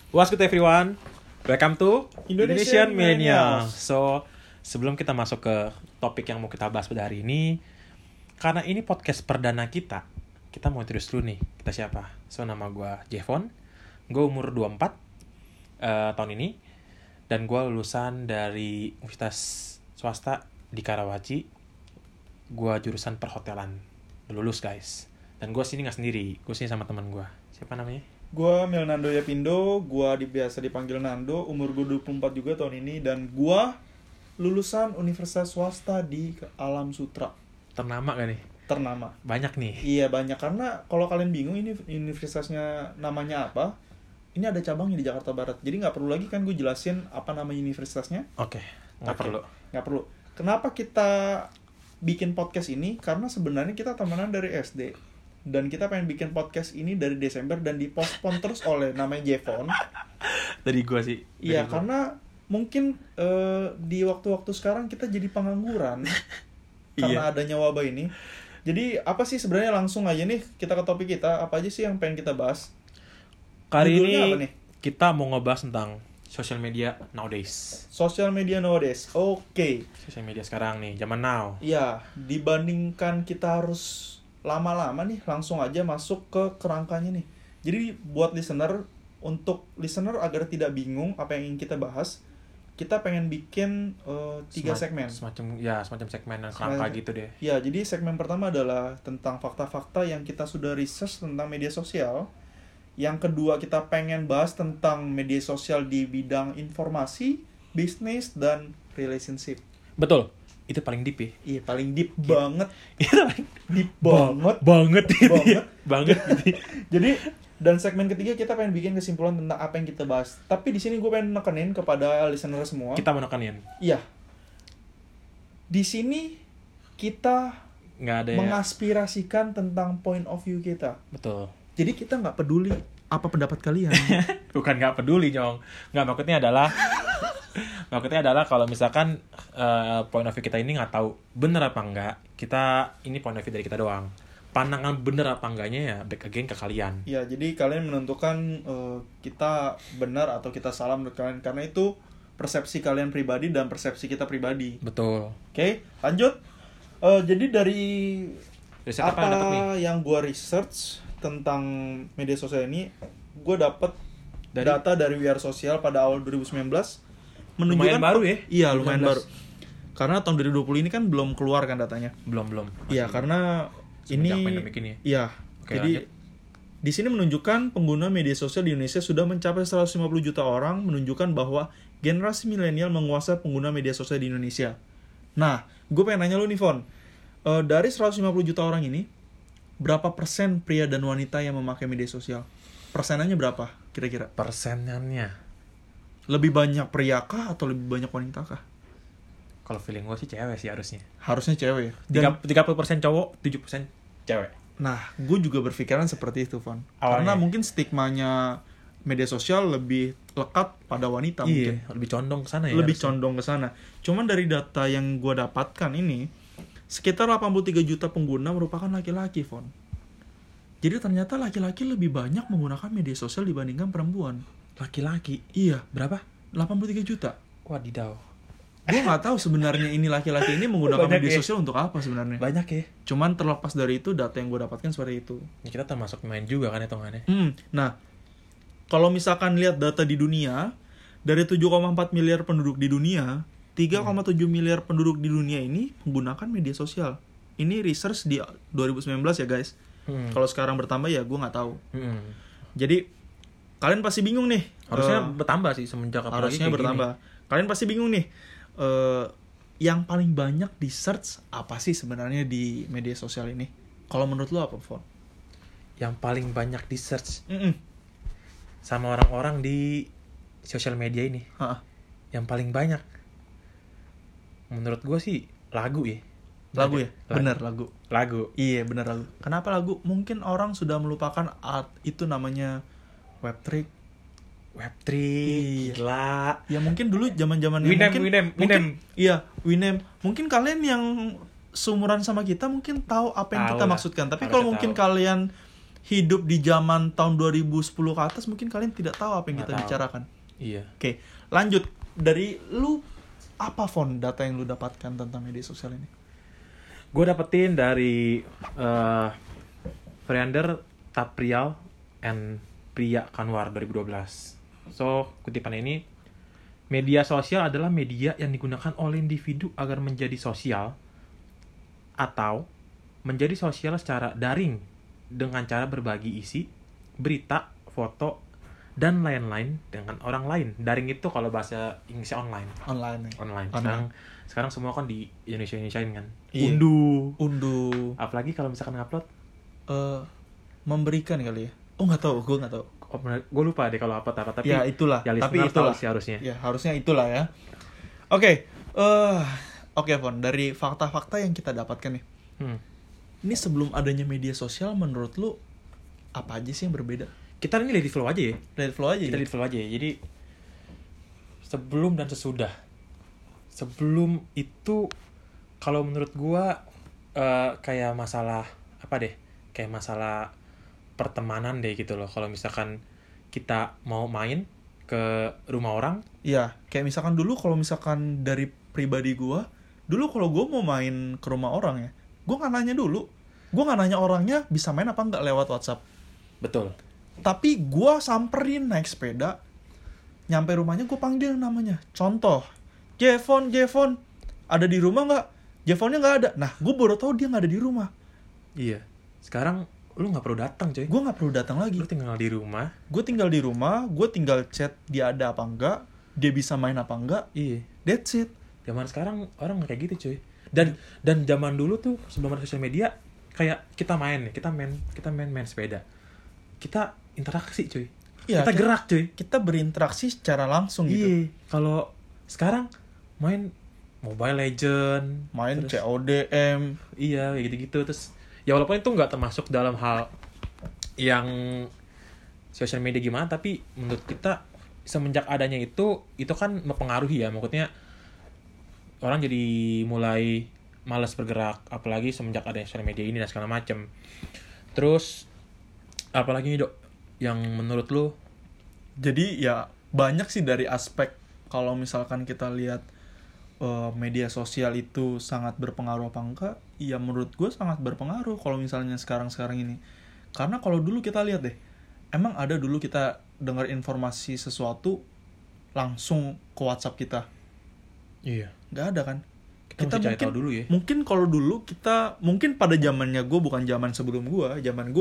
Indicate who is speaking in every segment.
Speaker 1: What's good everyone? Welcome to
Speaker 2: Indonesian
Speaker 1: Millennials. So, sebelum kita masuk ke topik yang mau kita bahas pada hari ini, karena ini podcast perdana kita mau introduce dulu nih, kita siapa? So, nama gue Jevon, gue umur 24 tahun ini, dan gue lulusan dari Universitas Swasta di Karawaci. Gue jurusan perhotelan, lulus guys. Dan gue sini gak sendiri, gue sini sama teman gue. Siapa namanya?
Speaker 2: Gua Melnando Yapindo, gua biasa dipanggil Nando, umur gua 24 juga tahun ini, dan gua lulusan universitas swasta di Alam Sutra.
Speaker 1: Ternama gak nih?
Speaker 2: Ternama.
Speaker 1: Banyak nih.
Speaker 2: Iya banyak, karena kalau kalian bingung ini universitasnya namanya apa, ini ada cabangnya di Jakarta Barat. Jadi nggak perlu lagi kan gue jelasin apa nama universitasnya.
Speaker 1: Oke, nggak perlu.
Speaker 2: Nggak perlu. Kenapa kita bikin podcast ini? Karena sebenarnya kita temenan dari SD. Dan kita pengen bikin podcast ini dari Desember dan dipostpone terus oleh namanya Jevon.
Speaker 1: Dari gua sih.
Speaker 2: Iya, karena mungkin di waktu-waktu sekarang kita jadi pengangguran karena adanya wabah ini. Jadi apa sih sebenarnya, langsung aja nih kita ke topik kita. Apa aja sih yang pengen kita bahas?
Speaker 1: Kali
Speaker 2: Judulnya
Speaker 1: ini
Speaker 2: apa nih?
Speaker 1: kita mau ngebahas tentang social media nowadays.
Speaker 2: Social media nowadays. Oke.
Speaker 1: Social media sekarang nih, zaman now.
Speaker 2: Iya, dibandingkan kita harus lama-lama nih, langsung aja masuk ke kerangkanya nih. Jadi buat listener, untuk listener agar tidak bingung apa yang ingin kita bahas, kita pengen bikin 3 segmen.
Speaker 1: Semacam segmen dan kerangka gitu deh.
Speaker 2: Ya, jadi segmen pertama adalah tentang fakta-fakta yang kita sudah research tentang media sosial. Yang kedua, kita pengen bahas tentang media sosial di bidang informasi, bisnis, dan relationship.
Speaker 1: Betul. Itu paling deep ya.
Speaker 2: Iya, paling deep banget.
Speaker 1: Itu paling
Speaker 2: Deep banget.
Speaker 1: Banget gitu. Banget gitu.
Speaker 2: Jadi, dan segmen ketiga kita pengen bikin kesimpulan tentang apa yang kita bahas. Tapi di sini gue pengen nekenin kepada listener semua.
Speaker 1: Kita menekanin.
Speaker 2: Iya. Di sini kita
Speaker 1: Nggak ada
Speaker 2: mengaspirasikan tentang point of view kita.
Speaker 1: Betul.
Speaker 2: Jadi kita nggak peduli apa pendapat kalian.
Speaker 1: Bukan nggak peduli, Jong. Nggak, maksudnya adalah kalau misalkan point of view kita ini nggak tahu bener apa enggak, kita ini point of view dari kita doang. Pandangan bener apa enggaknya ya back again ke kalian.
Speaker 2: Ya, jadi kalian menentukan kita benar atau kita salah menurut kalian, karena itu persepsi kalian pribadi dan persepsi kita pribadi.
Speaker 1: Betul.
Speaker 2: Oke, lanjut. Jadi dari
Speaker 1: Riset
Speaker 2: apa yang gue research tentang media sosial ini, gue dapet data dari WR Sosial pada awal 2019 menunjukkan
Speaker 1: lumayan baru ya?
Speaker 2: Iya, lumayan baru. Karena tahun 2020 ini kan belum keluar kan datanya.
Speaker 1: Belum.
Speaker 2: Iya, karena ini iya.
Speaker 1: Oke,
Speaker 2: jadi
Speaker 1: lanjut.
Speaker 2: di sini menunjukkan pengguna media sosial di Indonesia sudah mencapai 150 juta orang, menunjukkan bahwa generasi milenial menguasai pengguna media sosial di Indonesia. Nah, gue pengen nanya lu nih, Von. Dari 150 juta orang ini, berapa persen pria dan wanita yang memakai media sosial? Persenannya berapa kira-kira?
Speaker 1: Persenannya
Speaker 2: Lebih banyak pria kah atau lebih banyak wanita kah?
Speaker 1: kalau feeling gue sih cewek sih harusnya.
Speaker 2: Harusnya cewek. Dan
Speaker 1: 30% cowok, 7% cewek.
Speaker 2: nah, gue juga berpikiran seperti itu, Von.
Speaker 1: Awalnya.
Speaker 2: Karena mungkin stigmanya media sosial lebih lekat pada wanita mungkin.
Speaker 1: Lebih condong ke sana ya.
Speaker 2: Lebih
Speaker 1: harusnya.
Speaker 2: condong ke sana. Cuman dari data yang gue dapatkan ini, sekitar 83 juta pengguna merupakan laki-laki, Von. Jadi ternyata laki-laki lebih banyak menggunakan media sosial dibandingkan perempuan.
Speaker 1: Laki-laki.
Speaker 2: Iya,
Speaker 1: Berapa?
Speaker 2: 83 juta.
Speaker 1: Wadidaw.
Speaker 2: Gue nggak tahu sebenarnya ini laki-laki ini menggunakan
Speaker 1: Banyak
Speaker 2: media
Speaker 1: ya.
Speaker 2: sosial untuk apa sebenarnya.
Speaker 1: Banyak ya.
Speaker 2: Cuman terlepas dari itu, data yang gue dapatkan seperti itu.
Speaker 1: Ya, kita termasuk main juga kan hitungannya.
Speaker 2: Nah, kalau misalkan lihat data di dunia, dari 7,4 miliar penduduk di dunia, 3,7 miliar penduduk di dunia ini menggunakan media sosial. Ini research di 2019 ya guys. Kalau sekarang bertambah ya gue nggak tahu. Jadi kalian pasti bingung nih.
Speaker 1: Harusnya bertambah sih semenjak apalagi
Speaker 2: harusnya bertambah. Kalian pasti bingung nih. Yang paling banyak di search apa sih sebenarnya di media sosial ini? Kalau menurut lo apa, Fon?
Speaker 1: Yang paling banyak di search sama orang-orang di sosial media ini. Yang paling banyak menurut gue sih lagu ya.
Speaker 2: Lagu ya? Bener, lagu. Iya, bener lagu. Kenapa lagu? Mungkin orang sudah melupakan art itu namanya web3.
Speaker 1: Gila.
Speaker 2: Ya mungkin dulu zaman-zaman
Speaker 1: Winem.
Speaker 2: Iya, Winem. Mungkin kalian yang seumuran sama kita mungkin tahu apa yang
Speaker 1: Tahu
Speaker 2: kita
Speaker 1: lah.
Speaker 2: maksudkan. Tapi
Speaker 1: Harusnya
Speaker 2: kalau mungkin
Speaker 1: tahu.
Speaker 2: kalian hidup di zaman tahun 2010 ke atas, mungkin kalian tidak tahu apa yang
Speaker 1: Nggak
Speaker 2: kita
Speaker 1: tahu.
Speaker 2: bicarakan.
Speaker 1: Iya.
Speaker 2: Oke, lanjut. Dari lu, apa data yang lu dapatkan tentang media sosial ini?
Speaker 1: Gue dapetin dari Friander Taprial and Priya Kanwar 2012. So, kutipan ini, media sosial adalah media yang digunakan oleh individu agar menjadi sosial atau menjadi sosial secara daring dengan cara berbagi isi, berita, foto, dan lain-lain dengan orang lain. Daring itu kalau bahasa Inggrisnya online.
Speaker 2: Online.
Speaker 1: Online.
Speaker 2: Online.
Speaker 1: Sekarang semua kan di Indonesiain kan.
Speaker 2: Iya.
Speaker 1: Unduh. Apalagi kalau misalkan upload,
Speaker 2: Memberikan kali ya. Oh, nggak tahu, gue nggak tahu.
Speaker 1: gue lupa deh kalau upload apa. Tapi
Speaker 2: Ya itulah.
Speaker 1: ya
Speaker 2: Tapi
Speaker 1: listener tahu
Speaker 2: itulah
Speaker 1: sih harusnya.
Speaker 2: Ya harusnya itulah ya. Oke, Fon. Dari fakta-fakta yang kita dapatkan nih. Ini sebelum adanya media sosial, menurut lu apa aja sih yang berbeda?
Speaker 1: Kita ini let it flow aja ya.
Speaker 2: Let it flow aja.
Speaker 1: Kita
Speaker 2: ya?
Speaker 1: let it flow aja ya. Jadi sebelum dan sesudah. Sebelum itu kalau menurut gua kayak masalah apa deh? Kayak masalah pertemanan deh gitu loh. Kalau misalkan kita mau main ke rumah orang,
Speaker 2: Iya, kayak misalkan dulu kalau misalkan dari pribadi gua, dulu kalau gua mau main ke rumah orang ya, gua nggak nanya dulu. Gua nggak nanya orangnya bisa main apa nggak lewat WhatsApp.
Speaker 1: betul.
Speaker 2: Tapi gua samperin naik sepeda, nyampe rumahnya gua panggil namanya. Contoh, Jevon, ada di rumah nggak? Jevonnya nggak ada. Nah, gua baru tahu dia nggak ada di rumah.
Speaker 1: Iya. Sekarang lu nggak perlu datang coy.
Speaker 2: Gua nggak perlu datang lagi.
Speaker 1: Lu tinggal di rumah.
Speaker 2: Gue tinggal di rumah, gue tinggal chat dia ada apa enggak, dia bisa main apa enggak.
Speaker 1: Iya.
Speaker 2: That's it.
Speaker 1: Zaman sekarang orang nggak kayak gitu cuy. Dan zaman dulu tuh sebelum ada sosial media, kayak kita main sepeda. Kita interaksi cuy.
Speaker 2: Iya,
Speaker 1: kita gerak cuy.
Speaker 2: Kita berinteraksi secara langsung gitu.
Speaker 1: Iya. Kalau sekarang main Mobile Legend,
Speaker 2: Main
Speaker 1: terus,
Speaker 2: CODM.
Speaker 1: iya kayak gitu-gitu. Terus ya walaupun itu nggak termasuk dalam hal yang sosial media gimana, tapi menurut kita semenjak adanya itu kan mempengaruhi ya. Maksudnya orang jadi mulai malas bergerak, apalagi semenjak adanya sosial media ini dan segala macam. Terus apalagi nih Dok yang menurut lu?
Speaker 2: Jadi ya banyak sih dari aspek kalau misalkan kita lihat media sosial itu sangat berpengaruh apa enggak. Ya menurut gue sangat berpengaruh kalau misalnya sekarang ini. Karena kalau dulu kita lihat deh, emang ada dulu kita dengar informasi sesuatu langsung ke WhatsApp kita.
Speaker 1: Iya.
Speaker 2: Nggak ada kan?
Speaker 1: Kita mesti cari tahu dulu ya.
Speaker 2: Mungkin kalau dulu kita, mungkin pada zamannya gue, bukan zaman sebelum zaman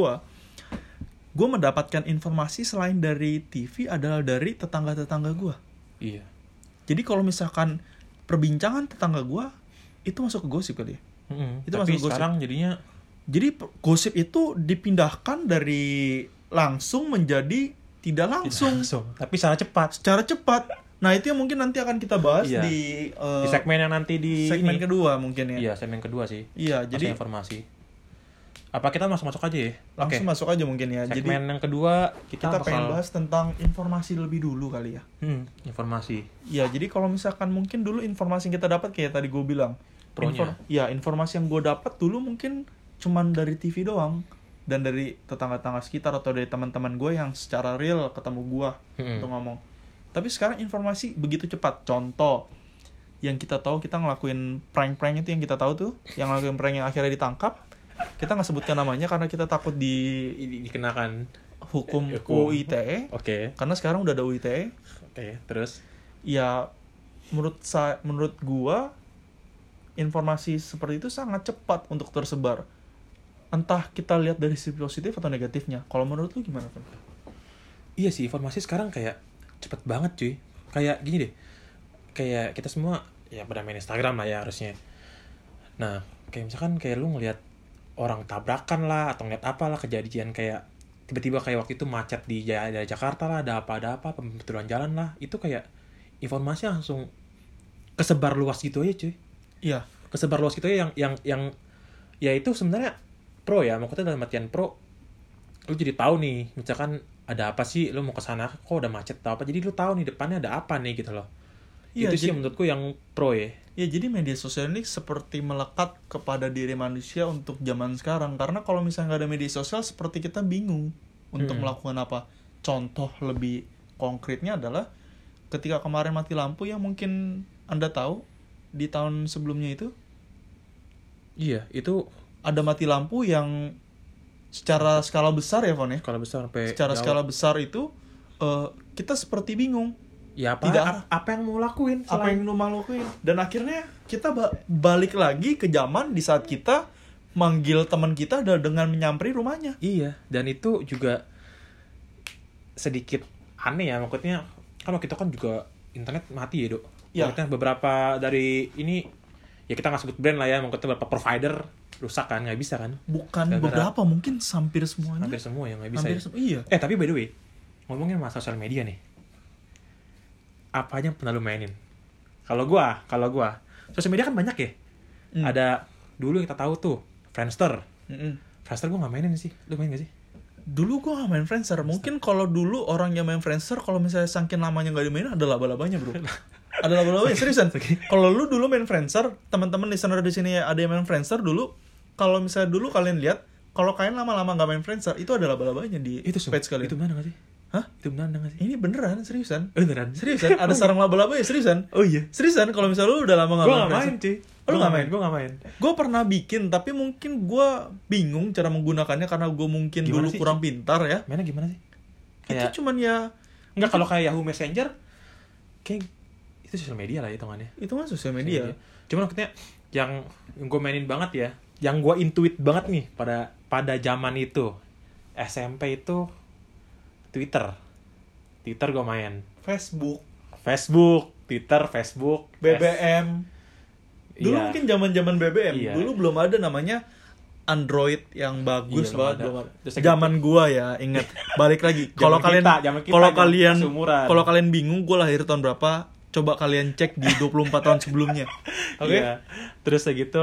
Speaker 2: gue mendapatkan informasi selain dari TV adalah dari tetangga-tetangga gue.
Speaker 1: Iya.
Speaker 2: Jadi kalau misalkan perbincangan tetangga gue itu masuk ke gosip kali ya. Itu
Speaker 1: Tapi
Speaker 2: masuk gosip.
Speaker 1: sekarang jadinya
Speaker 2: Jadi gosip itu dipindahkan dari langsung menjadi tidak langsung.
Speaker 1: tapi secara cepat.
Speaker 2: Secara cepat. Nah itu yang mungkin nanti akan kita bahas
Speaker 1: Iya.
Speaker 2: di
Speaker 1: Segmen yang nanti di
Speaker 2: segmen
Speaker 1: ini.
Speaker 2: kedua mungkin ya.
Speaker 1: Iya, segmen kedua sih.
Speaker 2: Iya,
Speaker 1: Jadi
Speaker 2: jadi
Speaker 1: informasi. Apa kita masuk aja ya?
Speaker 2: langsung
Speaker 1: Oke.
Speaker 2: masuk aja mungkin ya. Jadi
Speaker 1: Segmen yang kedua kita
Speaker 2: pengen
Speaker 1: bakal
Speaker 2: bahas tentang informasi lebih dulu kali ya.
Speaker 1: informasi.
Speaker 2: Ya, jadi kalau misalkan mungkin dulu informasi yang kita dapat kayak tadi gue bilang.
Speaker 1: Pronya.
Speaker 2: Informasi yang gue dapat dulu mungkin cuman dari TV doang. Dan dari tetangga-tetangga sekitar atau dari teman-teman gue yang secara real ketemu gue untuk ngomong. Tapi sekarang informasi begitu cepat. Contoh, yang kita tahu kita ngelakuin prank-prank itu yang kita tahu tuh. Yang ngelakuin prank yang akhirnya ditangkap. Kita nggak sebutkan namanya karena kita takut
Speaker 1: Dikenakan
Speaker 2: hukum
Speaker 1: hukum.
Speaker 2: UU ITE.
Speaker 1: Oke.
Speaker 2: Karena sekarang udah ada UU ITE.
Speaker 1: Oke, terus
Speaker 2: Ya menurut gua informasi seperti itu sangat cepat untuk tersebar. Entah kita lihat dari sisi positif atau negatifnya. Kalau menurut lu gimana, Van?
Speaker 1: iya sih, informasi sekarang kayak cepet banget cuy. Kayak gini deh. Kayak kita semua ya pada main Instagram lah ya harusnya. Nah, kayak misalkan kayak lu ngelihat orang tabrakan lah atau ngeliat apalah kejadian kayak tiba-tiba kayak waktu itu macet di daerah Jakarta lah, ada apa pembetulan jalan lah, itu kayak informasi langsung kesebar luas gitu aja cuy.
Speaker 2: Iya.
Speaker 1: Kesebar luas gitu aja yang ya itu sebenarnya pro ya, maksudnya dalam artian pro, lu jadi tahu nih misalkan ada apa sih, lu mau ke sana kok udah macet atau apa, jadi lu tahu nih depannya ada apa nih gitu loh.
Speaker 2: Iya,
Speaker 1: itu sih
Speaker 2: jadi-
Speaker 1: menurutku yang pro ya.
Speaker 2: Ya, jadi media sosial ini seperti melekat kepada diri manusia untuk zaman sekarang. Karena kalau misalnya nggak ada media sosial, seperti kita bingung untuk melakukan apa. Contoh lebih konkretnya adalah ketika kemarin mati lampu yang mungkin Anda tahu, di tahun sebelumnya itu
Speaker 1: Iya, itu
Speaker 2: ada mati lampu yang secara skala besar ya, Von ya.
Speaker 1: skala besar sampai
Speaker 2: Secara
Speaker 1: jauh.
Speaker 2: skala besar itu kita seperti bingung.
Speaker 1: Ya apa?
Speaker 2: Tidak.
Speaker 1: Apa yang mau lakuin?
Speaker 2: Apa yang lu mau lakuin? Dan akhirnya kita balik lagi ke zaman di saat kita manggil teman kita dengan menyamperi rumahnya.
Speaker 1: Iya, dan itu juga sedikit aneh ya, maksudnya kalau kita kan juga internet mati ya, Dok.
Speaker 2: Ya.
Speaker 1: Maksudnya beberapa dari ini ya kita nggak sebut brand lah ya, maksudnya beberapa provider rusak kan, nggak bisa kan?
Speaker 2: Bukan
Speaker 1: Gara-gara-
Speaker 2: beberapa, mungkin hampir semuanya.
Speaker 1: Hampir semua yang nggak bisa.
Speaker 2: Hampir
Speaker 1: Ya.
Speaker 2: iya.
Speaker 1: Tapi by the way, ngomongin masalah sosial media nih, apa aja yang pernah lu mainin? Kalau gua, sosial media kan banyak ya. Ada dulu yang kita tahu tuh Friendster. Friendster gua nggak mainin sih. Lu main nggak sih?
Speaker 2: Dulu gua gak main Friendster. Mungkin kalau dulu orang yang main Friendster, kalau misalnya saking lamanya gak dimainin, ada laba-labanya, bro. Ada laba-labanya, seriusan. Kalau lu dulu main Friendster, teman-teman listener di sini ada yang main Friendster dulu, kalau misalnya dulu kalian lihat, kalau kalian lama-lama gak main Friendster, itu ada laba-labanya di page kalian.
Speaker 1: Itu benar nggak sih?
Speaker 2: Hah?
Speaker 1: Itu benar nggak sih?
Speaker 2: Ini beneran, seriusan.
Speaker 1: Beneran.
Speaker 2: Seriusan, ada sarang laba-laba ya, seriusan.
Speaker 1: Oh iya.
Speaker 2: Seriusan, kalau misalnya lu udah lama gak
Speaker 1: Gua
Speaker 2: main
Speaker 1: nggak main
Speaker 2: Friendster.
Speaker 1: cuy.
Speaker 2: Oh, lu nggak main?
Speaker 1: Gua nggak main.
Speaker 2: Gue pernah bikin, tapi mungkin gue bingung cara menggunakannya karena gue mungkin
Speaker 1: Gimana
Speaker 2: dulu
Speaker 1: sih?
Speaker 2: kurang pintar ya.
Speaker 1: Mainnya gimana sih?
Speaker 2: Itu cuman ya,
Speaker 1: Enggak, kalau kayak Yahoo Messenger kayak itu sosial media lah hitungannya.
Speaker 2: itu kan sosial media.
Speaker 1: Cuman maksudnya yang gue mainin banget ya, yang gue intuit banget nih pada zaman itu SMP itu Twitter gue main.
Speaker 2: Facebook,
Speaker 1: Twitter, Facebook,
Speaker 2: BBM. Dulu
Speaker 1: Iya.
Speaker 2: mungkin zaman-zaman BBM.
Speaker 1: Iya.
Speaker 2: Dulu belum ada namanya Android yang bagus
Speaker 1: Iya, belum
Speaker 2: banget,
Speaker 1: ada.
Speaker 2: belum ada.
Speaker 1: Terus kayak
Speaker 2: Zaman gua ya, ingat. Balik lagi.
Speaker 1: Zaman
Speaker 2: Kalau
Speaker 1: kita,
Speaker 2: kalian
Speaker 1: zaman kita
Speaker 2: kalau
Speaker 1: yang
Speaker 2: kalian
Speaker 1: seumuran.
Speaker 2: kalau kalian bingung gua lahir tahun berapa, coba kalian cek di 24 tahun sebelumnya. Oke?
Speaker 1: Iya. Terus kayak gitu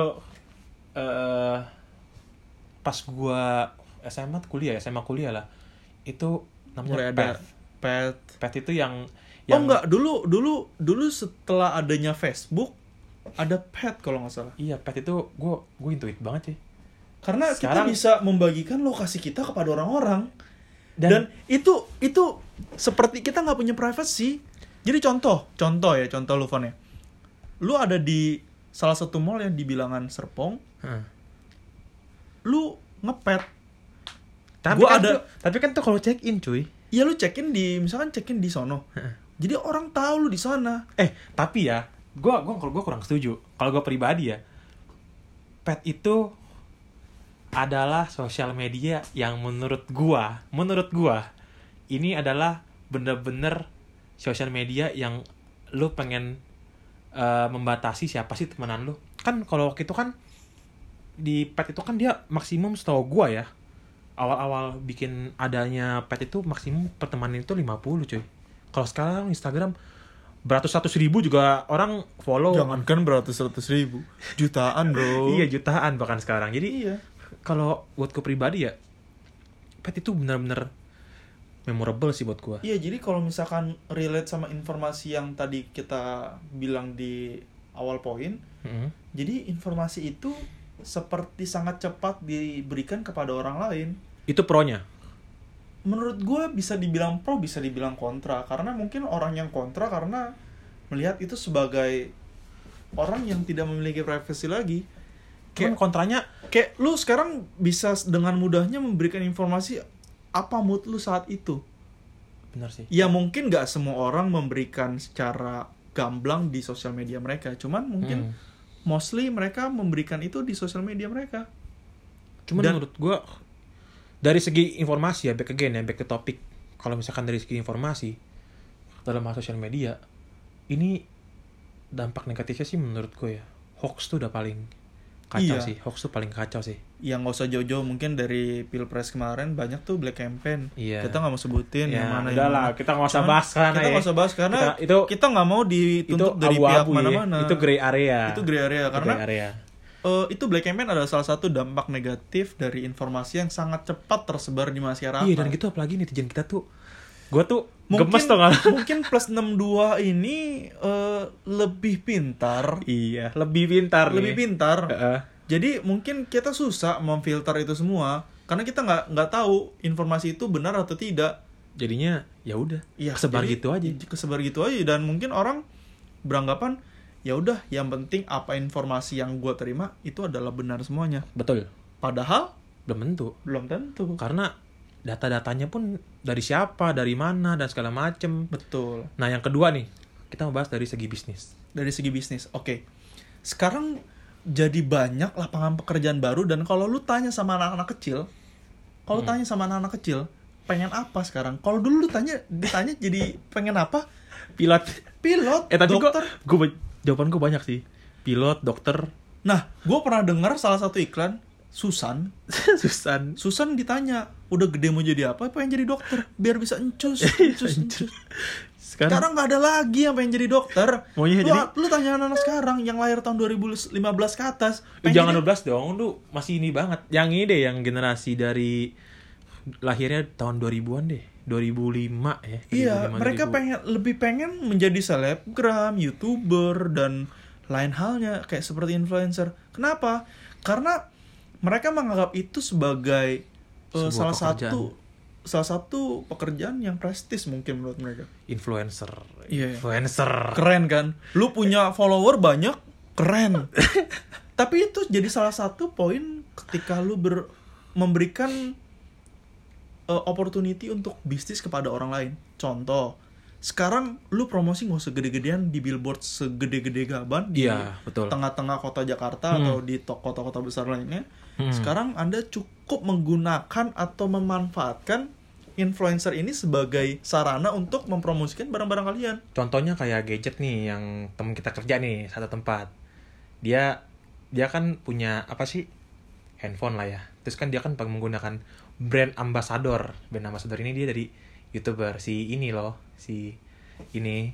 Speaker 1: pas gua SMA kuliah lah. Itu namanya
Speaker 2: Mulai ada pet.
Speaker 1: Pet itu yang
Speaker 2: Oh enggak, dulu setelah adanya Facebook ada pet kalau nggak salah.
Speaker 1: Iya, Pet itu gue intuit banget sih.
Speaker 2: Karena
Speaker 1: Sekarang-
Speaker 2: kita bisa membagikan lokasi kita kepada orang-orang. Dan itu seperti kita nggak punya privacy. Jadi contoh lu Von ya. Lu ada di salah satu mall yang di bilangan Serpong, lu ngepet.
Speaker 1: Tapi kan tuh kalau check in cuy.
Speaker 2: Iya, lu check-in di sono. Jadi orang tahu lu di sana.
Speaker 1: Tapi ya, kalau gue kurang setuju. Kalau gue pribadi ya, Pet itu adalah sosial media yang menurut gua ini adalah bener-bener sosial media yang lu pengen membatasi siapa sih temenan lu. Kan kalau waktu itu kan di Pet itu kan dia maksimum setahu gua ya, awal-awal bikin adanya Pet itu maksimum pertemanan itu 50 cuy. Kalau sekarang Instagram beratus-ratus ribu juga orang follow.
Speaker 2: Jangankan beratus-ratus ribu, jutaan bro.
Speaker 1: Iya, jutaan bahkan sekarang. Jadi
Speaker 2: Iya.
Speaker 1: kalau buat gue pribadi ya, Pet itu benar-benar memorable sih buat gue.
Speaker 2: Iya, jadi kalau misalkan relate sama informasi yang tadi kita bilang di awal poin, jadi informasi itu seperti sangat cepat diberikan kepada orang lain.
Speaker 1: Itu pro-nya.
Speaker 2: Menurut gue bisa dibilang pro, bisa dibilang kontra. Karena mungkin orang yang kontra karena melihat itu sebagai orang yang tidak memiliki privasi lagi.
Speaker 1: Cuman kontranya,
Speaker 2: Kayak lu sekarang bisa dengan mudahnya memberikan informasi apa mood lu saat itu.
Speaker 1: benar sih.
Speaker 2: Ya mungkin gak semua orang memberikan secara gamblang di sosial media mereka. Cuman mungkin mostly mereka memberikan itu di sosial media mereka.
Speaker 1: Cuman
Speaker 2: Dan-
Speaker 1: menurut gue, dari segi informasi ya, back ke topik. Kalau misalkan dari segi informasi, dalam hal sosial media, ini dampak negatifnya sih menurut gue ya, hoax tuh udah paling kacau
Speaker 2: Iya.
Speaker 1: sih. Hoax tuh paling kacau sih.
Speaker 2: Yang gak usah jauh-jauh, mungkin dari Pilpres kemarin banyak tuh black campaign.
Speaker 1: Iya.
Speaker 2: Kita gak mau sebutin yang mana
Speaker 1: udah lah, kita nggak usah bahas karena
Speaker 2: kita
Speaker 1: ya.
Speaker 2: gak usah bahas karena
Speaker 1: Kita-
Speaker 2: kita gak mau dituntut dari pihak
Speaker 1: abu-abu ya.
Speaker 2: mana-mana.
Speaker 1: Itu gray area.
Speaker 2: Itu gray area,
Speaker 1: Itu
Speaker 2: karena
Speaker 1: gray area.
Speaker 2: itu black campaign adalah salah satu dampak negatif dari informasi yang sangat cepat tersebar di masyarakat.
Speaker 1: Iya, dan gitu apalagi netizen kita tuh Gue tuh gemes tuh nggak?
Speaker 2: Mungkin plus 62 ini lebih pintar.
Speaker 1: Iya, lebih pintar nih.
Speaker 2: Lebih pintar.
Speaker 1: Heeh.
Speaker 2: Jadi mungkin kita susah memfilter itu semua karena kita nggak tahu informasi itu benar atau tidak.
Speaker 1: Jadinya ya udah,
Speaker 2: Iya,
Speaker 1: kesebar
Speaker 2: jadi
Speaker 1: gitu aja.
Speaker 2: Kesebar gitu aja, dan mungkin orang beranggapan ya udah, yang penting apa informasi yang gue terima itu adalah benar semuanya.
Speaker 1: Betul.
Speaker 2: Padahal
Speaker 1: Belum
Speaker 2: belum tentu.
Speaker 1: karena data-datanya pun dari siapa, dari mana, dan segala macem.
Speaker 2: Betul.
Speaker 1: Nah, yang kedua nih, kita mau bahas dari segi bisnis.
Speaker 2: Dari segi bisnis, oke. Sekarang jadi banyak lapangan pekerjaan baru, dan kalau lu tanya sama anak-anak kecil, pengen apa sekarang? Kalau dulu ditanya jadi pengen apa?
Speaker 1: Pilot. Tadi
Speaker 2: dokter.
Speaker 1: Jawaban gue banyak sih. Pilot, dokter.
Speaker 2: Nah, gue pernah dengar salah satu iklan, Susan ditanya, udah gede mau jadi apa? Pengen jadi dokter, biar bisa encus. Sekarang nggak ada lagi yang pengen jadi dokter. Lu tanya anak-anak sekarang yang lahir tahun 2015 ke atas.
Speaker 1: Jangan 12 dong, lu masih ini banget. Yang ini deh, yang generasi dari lahirnya tahun 2000-an deh. 2005 ya.
Speaker 2: Iya,
Speaker 1: 2005,
Speaker 2: mereka
Speaker 1: 2000.
Speaker 2: lebih pengen menjadi selebgram, YouTuber, dan lain halnya kayak seperti influencer. Kenapa? Karena mereka menganggap itu sebagai salah satu pekerjaan yang prestis mungkin menurut mereka.
Speaker 1: Influencer.
Speaker 2: Iya.
Speaker 1: Influencer.
Speaker 2: Keren kan? Lu punya follower banyak, keren. Tapi itu jadi salah satu poin ketika lu memberikan opportunity untuk bisnis kepada orang lain. Contoh, sekarang lu promosi nggak usah gede-gedean di billboard segede-gede Gaban di
Speaker 1: betul.
Speaker 2: tengah-tengah kota Jakarta atau di kota-kota besar lainnya. Sekarang Anda cukup menggunakan atau memanfaatkan influencer ini sebagai sarana untuk mempromosikan barang-barang kalian.
Speaker 1: Contohnya kayak gadget nih, yang temen kita kerja nih satu tempat. Dia kan punya apa sih, handphone lah ya. Terus kan dia kan menggunakan brand ambassador. Brand ambassador ini dia dari YouTuber si ini loh, si ini.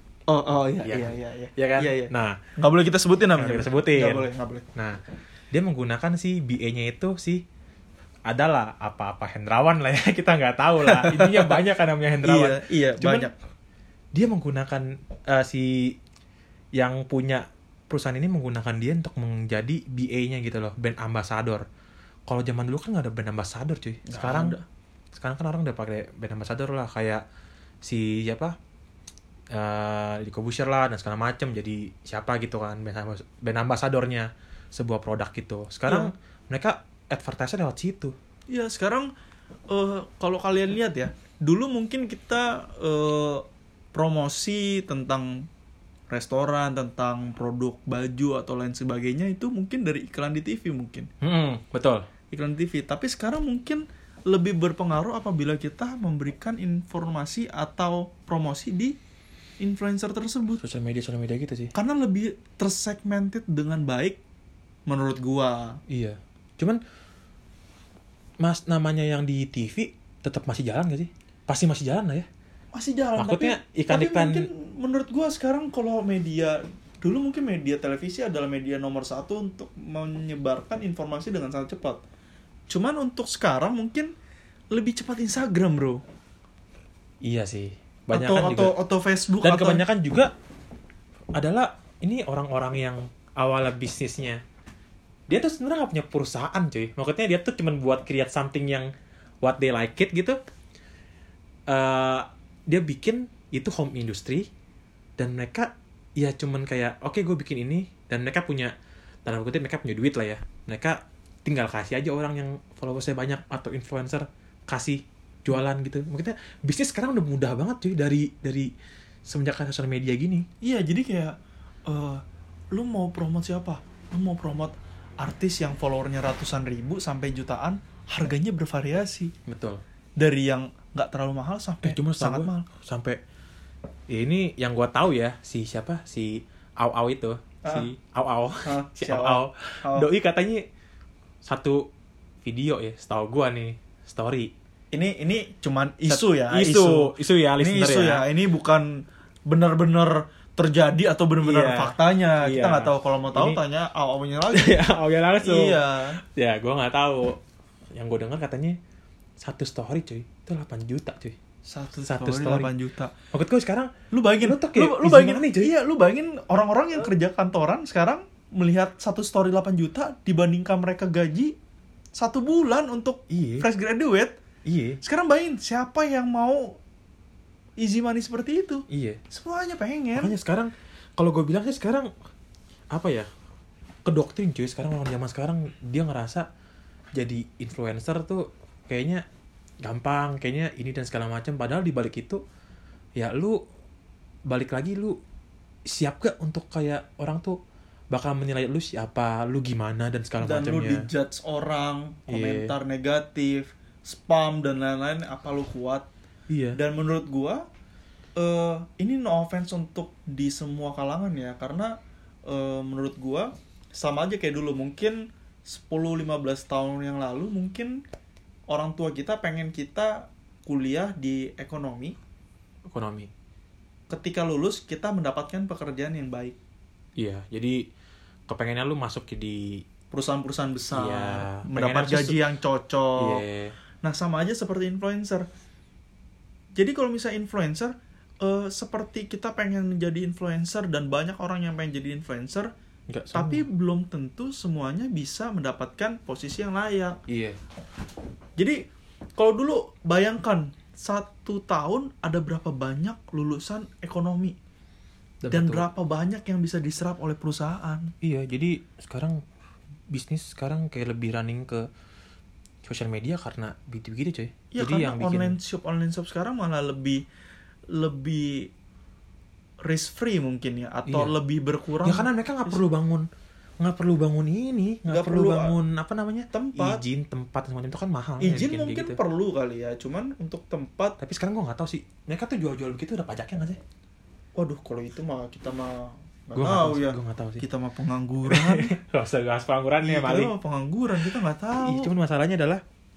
Speaker 1: Iya kan?
Speaker 2: Iya.
Speaker 1: Nah,
Speaker 2: nggak boleh kita sebutin namanya.
Speaker 1: Kita sebutin.
Speaker 2: Nggak boleh.
Speaker 1: Nah, dia menggunakan si BA-nya itu si adalah apa-apa Hendrawan lah ya, kita nggak tahu lah. Intinya banyak kan namanya Hendrawan.
Speaker 2: Iya,
Speaker 1: cuman
Speaker 2: banyak.
Speaker 1: Dia menggunakan si yang punya perusahaan ini menggunakan dia untuk menjadi BA-nya gitu loh, brand ambassador. Kalau zaman dulu kan nggak ada brand ambassador cuy. Sekarang kan orang udah pakai brand ambassador lah, kayak si siapa, Liko Busher lah dan segala macam, jadi siapa gitu kan brand ambassadornya sebuah produk gitu. Sekarang mereka advertise lewat situ.
Speaker 2: Iya, sekarang kalau kalian lihat ya, dulu mungkin kita promosi tentang restoran, tentang produk baju atau lain sebagainya itu mungkin dari iklan di TV mungkin.
Speaker 1: Betul.
Speaker 2: Iklan di TV. Tapi sekarang mungkin lebih berpengaruh apabila kita memberikan informasi atau promosi di influencer tersebut.
Speaker 1: Sosial media gitu sih.
Speaker 2: Karena lebih tersegmented dengan baik menurut gua.
Speaker 1: Iya. Cuman namanya yang di TV tetap masih jalan gak sih? Pasti masih jalan lah ya.
Speaker 2: Masih jalan.
Speaker 1: Maksudnya
Speaker 2: tapi
Speaker 1: iklan-iklan
Speaker 2: mungkin menurut gua sekarang kalau media, dulu mungkin media televisi adalah media nomor 1 untuk menyebarkan informasi dengan sangat cepat. Cuman untuk sekarang mungkin lebih cepat Instagram, bro.
Speaker 1: Iya sih.
Speaker 2: Atau Facebook.
Speaker 1: Dan kebanyakan juga adalah ini orang-orang yang awalnya bisnisnya, dia tuh sebenarnya nggak punya perusahaan cuy. Maksudnya dia tuh cuma buat create something yang what they like it gitu. Dia bikin itu home industry, dan mereka ya cuman kayak oke, gue bikin ini, dan mereka punya, tanda kutip mereka punya duit lah ya. Mereka tinggal kasih aja orang yang followersnya banyak atau influencer, kasih jualan gitu. Maksudnya bisnis sekarang udah mudah banget cuy, dari semenjak sosial media gini.
Speaker 2: Iya, jadi kayak lu mau promote siapa? Lu mau promote artis yang followernya ratusan ribu sampai jutaan, harganya bervariasi.
Speaker 1: Betul.
Speaker 2: Dari yang nggak terlalu mahal sampai sangat mahal.
Speaker 1: Sampai ini yang gua tahu ya, si siapa, si Au itu, si Au. Doi katanya satu video ya, setahu gua nih, story.
Speaker 2: Ini cuman isu ya.
Speaker 1: Isu ya,
Speaker 2: ini isu ya. Ini bukan benar-benar terjadi atau benar-benar faktanya. Kita nggak tahu. Kalau mau tahu tanya Au-nya lagi.
Speaker 1: Au-nya langsung.
Speaker 2: Iya.
Speaker 1: Ya, gua nggak tahu. Yang gua dengar katanya satu story cuy, itu 8 juta cuy.
Speaker 2: Satu
Speaker 1: Satu
Speaker 2: story
Speaker 1: story.
Speaker 2: 8 juta.
Speaker 1: Maksud gue sekarang
Speaker 2: Lu bayangin,
Speaker 1: Lu tuh kayak
Speaker 2: lu
Speaker 1: easy
Speaker 2: bayangin,
Speaker 1: money, cuy.
Speaker 2: iya, lu bayangin orang-orang yang kerja kantoran sekarang melihat satu story 8 juta dibandingkan mereka gaji 1 bulan untuk
Speaker 1: Iya.
Speaker 2: fresh graduate.
Speaker 1: iya,
Speaker 2: Sekarang bayangin, siapa yang mau easy money seperti itu?
Speaker 1: iya.
Speaker 2: Semuanya pengen.
Speaker 1: Makanya sekarang kalau gue bilang sih sekarang apa ya? Kedoktrin cuy, sekarang orang zaman sekarang dia ngerasa jadi influencer tuh kayaknya gampang, kayaknya ini dan segala macam. Padahal di balik itu ya lu balik lagi lu siap gak untuk kayak orang tuh bakal menilai lu siapa, lu gimana dan segala
Speaker 2: Dan lu
Speaker 1: macamnya.
Speaker 2: dijudge orang,
Speaker 1: Iya.
Speaker 2: komentar negatif, spam dan lain-lain, apa lu kuat?
Speaker 1: Iya.
Speaker 2: Dan menurut gua ini no offense untuk di semua kalangan ya, karena menurut gua sama aja kayak dulu, mungkin 10-15 tahun yang lalu mungkin orang tua kita pengen kita kuliah di ekonomi,
Speaker 1: Ekonomi.
Speaker 2: ketika lulus kita mendapatkan pekerjaan yang baik,
Speaker 1: Iya, jadi kepengennya lu masuk di
Speaker 2: perusahaan-perusahaan besar,
Speaker 1: Iya,
Speaker 2: mendapat
Speaker 1: pengennya
Speaker 2: gaji yang cocok.
Speaker 1: Iya.
Speaker 2: Nah, sama aja seperti influencer. Jadi kalau misalnya influencer, seperti kita pengen menjadi influencer dan banyak orang yang pengen jadi influencer,
Speaker 1: Enggak
Speaker 2: tapi belum tentu semuanya bisa mendapatkan posisi yang layak.
Speaker 1: Iya.
Speaker 2: Jadi kalau dulu bayangkan 1 tahun ada berapa banyak lulusan ekonomi dan
Speaker 1: betul.
Speaker 2: berapa banyak yang bisa diserap oleh perusahaan.
Speaker 1: Iya, jadi sekarang bisnis sekarang kayak lebih running ke sosial media karena begitu cuy.
Speaker 2: Ya
Speaker 1: Jadi
Speaker 2: karena online shop sekarang malah lebih risk free mungkin ya, atau
Speaker 1: Iya.
Speaker 2: lebih berkurang.
Speaker 1: Ya karena mereka nggak perlu bangun ini, nggak perlu bangun apa namanya
Speaker 2: tempat.
Speaker 1: izin tempat semacam itu kan mahal.
Speaker 2: Izin
Speaker 1: ya, bikin kayak
Speaker 2: mungkin
Speaker 1: gitu.
Speaker 2: perlu kali ya, cuman untuk tempat,
Speaker 1: Tapi sekarang gua nggak tahu sih. Mereka tuh jual-jual begitu udah pajaknya nggak sih?
Speaker 2: waduh kalau itu mah kita mah nggak
Speaker 1: Gua
Speaker 2: tahu
Speaker 1: sih,
Speaker 2: ya.
Speaker 1: Gua nggak tahu sih.
Speaker 2: Kita mah pengangguran.
Speaker 1: Gak usah bahas pengangguran nih ya
Speaker 2: Kita
Speaker 1: Mali.
Speaker 2: mah pengangguran, kita nggak tahu.
Speaker 1: Iya, cuman masalahnya adalah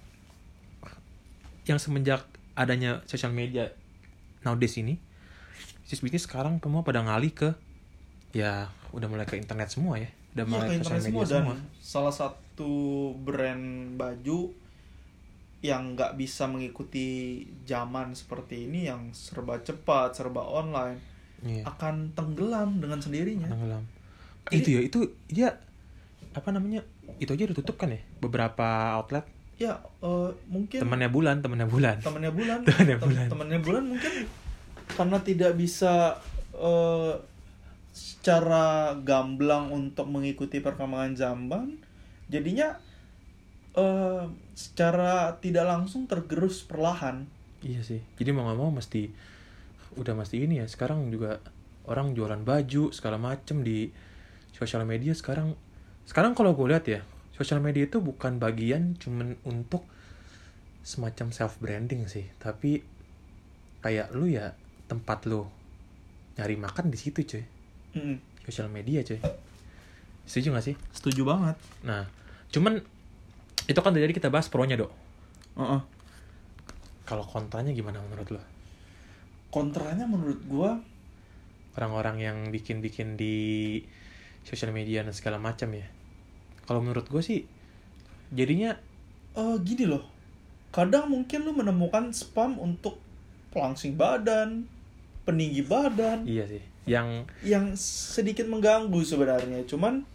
Speaker 1: yang semenjak adanya sosial media nowadays ini, bisnis sekarang semua pada ngalih ke ya udah mulai ke internet semua ya. Udah
Speaker 2: Iya,
Speaker 1: mulai
Speaker 2: ke
Speaker 1: ke sosial
Speaker 2: internet
Speaker 1: media
Speaker 2: semua. Dan
Speaker 1: semua.
Speaker 2: salah satu brand baju yang nggak bisa mengikuti zaman seperti ini, yang serba cepat, serba online,
Speaker 1: Iya.
Speaker 2: akan tenggelam dengan sendirinya.
Speaker 1: Tenggelam.
Speaker 2: Jadi-
Speaker 1: Itu dia apa namanya? Itu aja udah tutup kan ya beberapa outlet.
Speaker 2: Ya mungkin
Speaker 1: Temannya bulan.
Speaker 2: temannya bulan
Speaker 1: Temannya bulan.
Speaker 2: temannya bulan mungkin karena tidak bisa secara gamblang untuk mengikuti perkembangan zaman, jadinya secara tidak langsung tergerus perlahan.
Speaker 1: Iya sih. Jadi mau nggak mau mesti ini ya. Sekarang juga orang jualan baju segala macem di sosial media sekarang. Sekarang kalau gue lihat ya, sosial media itu bukan bagian cuman untuk semacam self branding sih, tapi kayak lu ya tempat lu nyari makan di situ cuy. Sosial media cuy. Setuju gak sih?
Speaker 2: Setuju banget.
Speaker 1: Nah, cuman itu kan dari kita bahas pro-nya, Dok. Kalau kontranya gimana menurut lo?
Speaker 2: Kontranya menurut gua,
Speaker 1: Orang-orang yang bikin-bikin di sosial media dan segala macam ya. Kalau menurut gue sih jadinya
Speaker 2: gini loh, kadang mungkin lu menemukan spam untuk pelangsing badan, peninggi badan,
Speaker 1: iya sih. Yang
Speaker 2: sedikit mengganggu sebenarnya. Cuman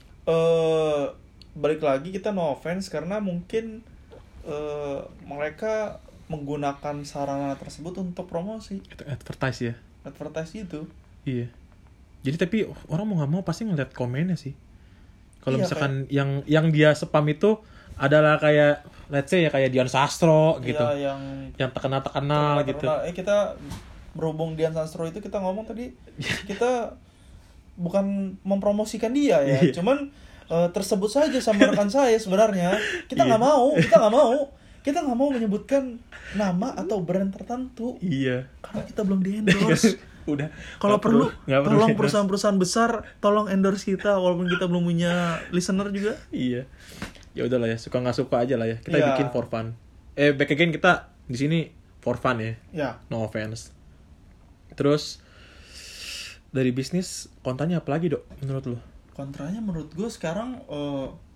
Speaker 2: balik lagi, kita no offense karena mungkin mereka menggunakan sarana tersebut untuk promosi,
Speaker 1: advertise ya.
Speaker 2: advertise itu.
Speaker 1: Iya. Jadi tapi orang mau nggak mau pasti ngeliat komennya sih. Kalau
Speaker 2: Iya,
Speaker 1: misalkan yang dia spam itu adalah kayak let's say ya kayak Dian Sastro gitu.
Speaker 2: Ya,
Speaker 1: Yang terkenal gitu.
Speaker 2: Kita berhubung Dian Sastro itu, kita ngomong tadi, kita bukan mempromosikan dia ya,
Speaker 1: Iya.
Speaker 2: cuman tersebut saja sama rekan saya sebenarnya. Kita nggak mau menyebutkan nama atau brand tertentu
Speaker 1: Iya.
Speaker 2: karena kita belum di endorse.
Speaker 1: Udah.
Speaker 2: Kalau perlu,
Speaker 1: nggak perlu
Speaker 2: tolong
Speaker 1: endorse.
Speaker 2: perusahaan-perusahaan besar tolong endorse kita walaupun kita belum punya listener juga.
Speaker 1: Iya. Ya udahlah ya, suka nggak suka aja lah ya. Kita
Speaker 2: Iya.
Speaker 1: bikin for fun. Back again kita di sini for fun ya.
Speaker 2: Ya,
Speaker 1: No offense. Terus dari bisnis kontennya apa lagi, Dok, menurut lo?
Speaker 2: kontranya menurut gue sekarang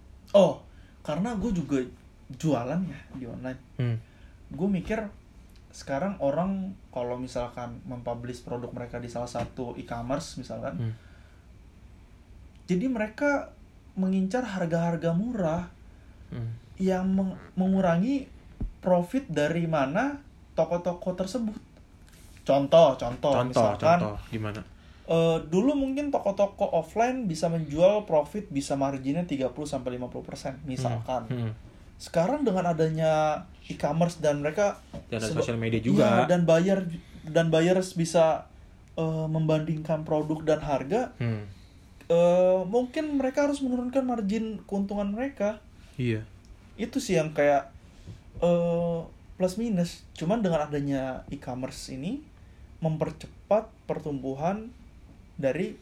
Speaker 2: karena gue juga jualan ya di online. Gue mikir sekarang orang kalau misalkan mempublish produk mereka di salah satu e-commerce misalkan, jadi mereka mengincar harga-harga murah yang mengurangi profit dari mana toko-toko tersebut. Contoh misalkan
Speaker 1: gimana?
Speaker 2: Dulu mungkin toko-toko offline bisa menjual profit, bisa marginnya 30-50% misalkan. Sekarang dengan adanya e-commerce dan mereka
Speaker 1: dan sosial media juga,
Speaker 2: dan buyer bisa membandingkan produk dan harga, mungkin mereka harus menurunkan margin keuntungan mereka.
Speaker 1: Iya.
Speaker 2: Itu sih yang kayak plus minus. Cuman dengan adanya e-commerce ini mempercepat pertumbuhan dari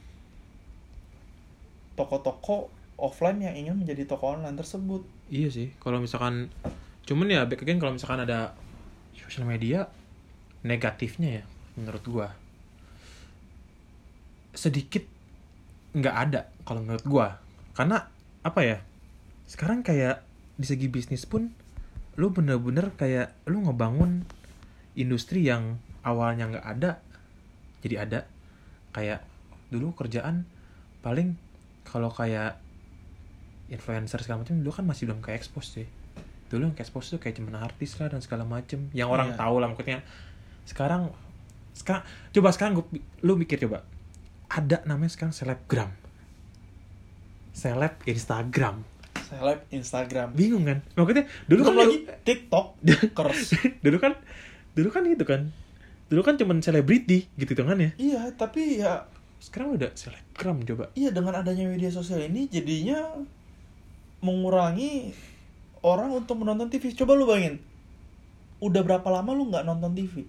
Speaker 2: toko-toko offline yang ingin menjadi toko online tersebut.
Speaker 1: Iya sih, kalau misalkan cuman ya back again kalau misalkan ada sosial media negatifnya ya menurut gua sedikit nggak ada kalau menurut gua, karena apa ya, sekarang kayak di segi bisnis pun lu bener-bener kayak lu ngebangun industri yang awalnya nggak ada jadi ada. Kayak dulu kerjaan paling kalau kayak influencer segala macam dulu kan masih belum ke expose sih. Dulu yang ke expose tuh kayak cuman artis lah dan segala macam yang orang tahu lah maksudnya. Sekarang coba sekarang lu mikir coba, ada namanya sekarang selebgram, seleb Instagram, bingung kan maksudnya. Dulu kan
Speaker 2: lagi TikTok kers.
Speaker 1: dulu kan cuman selebriti gitu kan ya.
Speaker 2: Iya, tapi ya
Speaker 1: sekarang udah selebgram coba.
Speaker 2: Iya, dengan adanya media sosial ini jadinya mengurangi orang untuk menonton TV. Coba lu bayangin, udah berapa lama lu nggak nonton TV?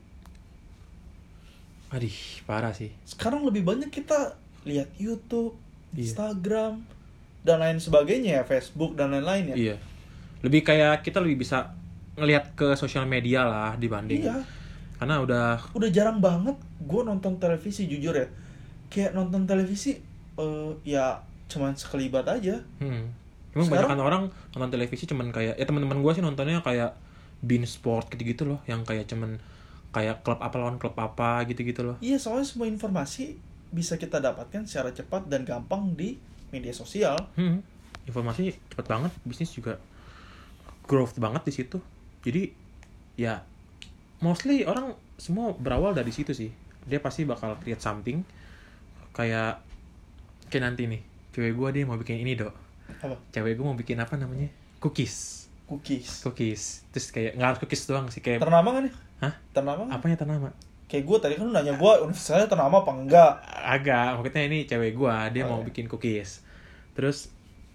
Speaker 1: Aduh, parah sih.
Speaker 2: Sekarang lebih banyak kita lihat YouTube, Instagram, dan lain sebagainya ya, Facebook dan lain-lain ya.
Speaker 1: Iya. Lebih kayak kita lebih bisa ngelihat ke sosial media lah dibanding.
Speaker 2: Iya.
Speaker 1: Karena udah
Speaker 2: jarang banget gue nonton televisi, jujur ya. Kayak nonton televisi ya cuman sekelibat aja.
Speaker 1: Emang kebanyakan orang nonton televisi cuman kayak ya teman-teman gue sih nontonnya kayak Bein Sport gitu-gitu loh, yang kayak cuman kayak klub apa lawan klub apa gitu-gitu loh.
Speaker 2: Iya, soalnya semua informasi bisa kita dapatkan secara cepat dan gampang di media sosial.
Speaker 1: Informasi cepat banget, bisnis juga growth banget di situ. Jadi ya mostly orang semua berawal dari situ sih. Dia pasti bakal create something kayak nanti nih cewek gue dia mau bikin ini dok.
Speaker 2: Apa?
Speaker 1: Cewek gue mau bikin apa namanya? Cookies. Terus kayak nggak harus cookies doang sih, kayak
Speaker 2: ternama kan nih?
Speaker 1: Hah?
Speaker 2: Ternama?
Speaker 1: Apanya ternama?
Speaker 2: Kayak gue tadi kan lu nanya gue universitasnya ternama apa enggak?
Speaker 1: Agak, maksudnya ini cewek gue dia mau bikin cookies. Terus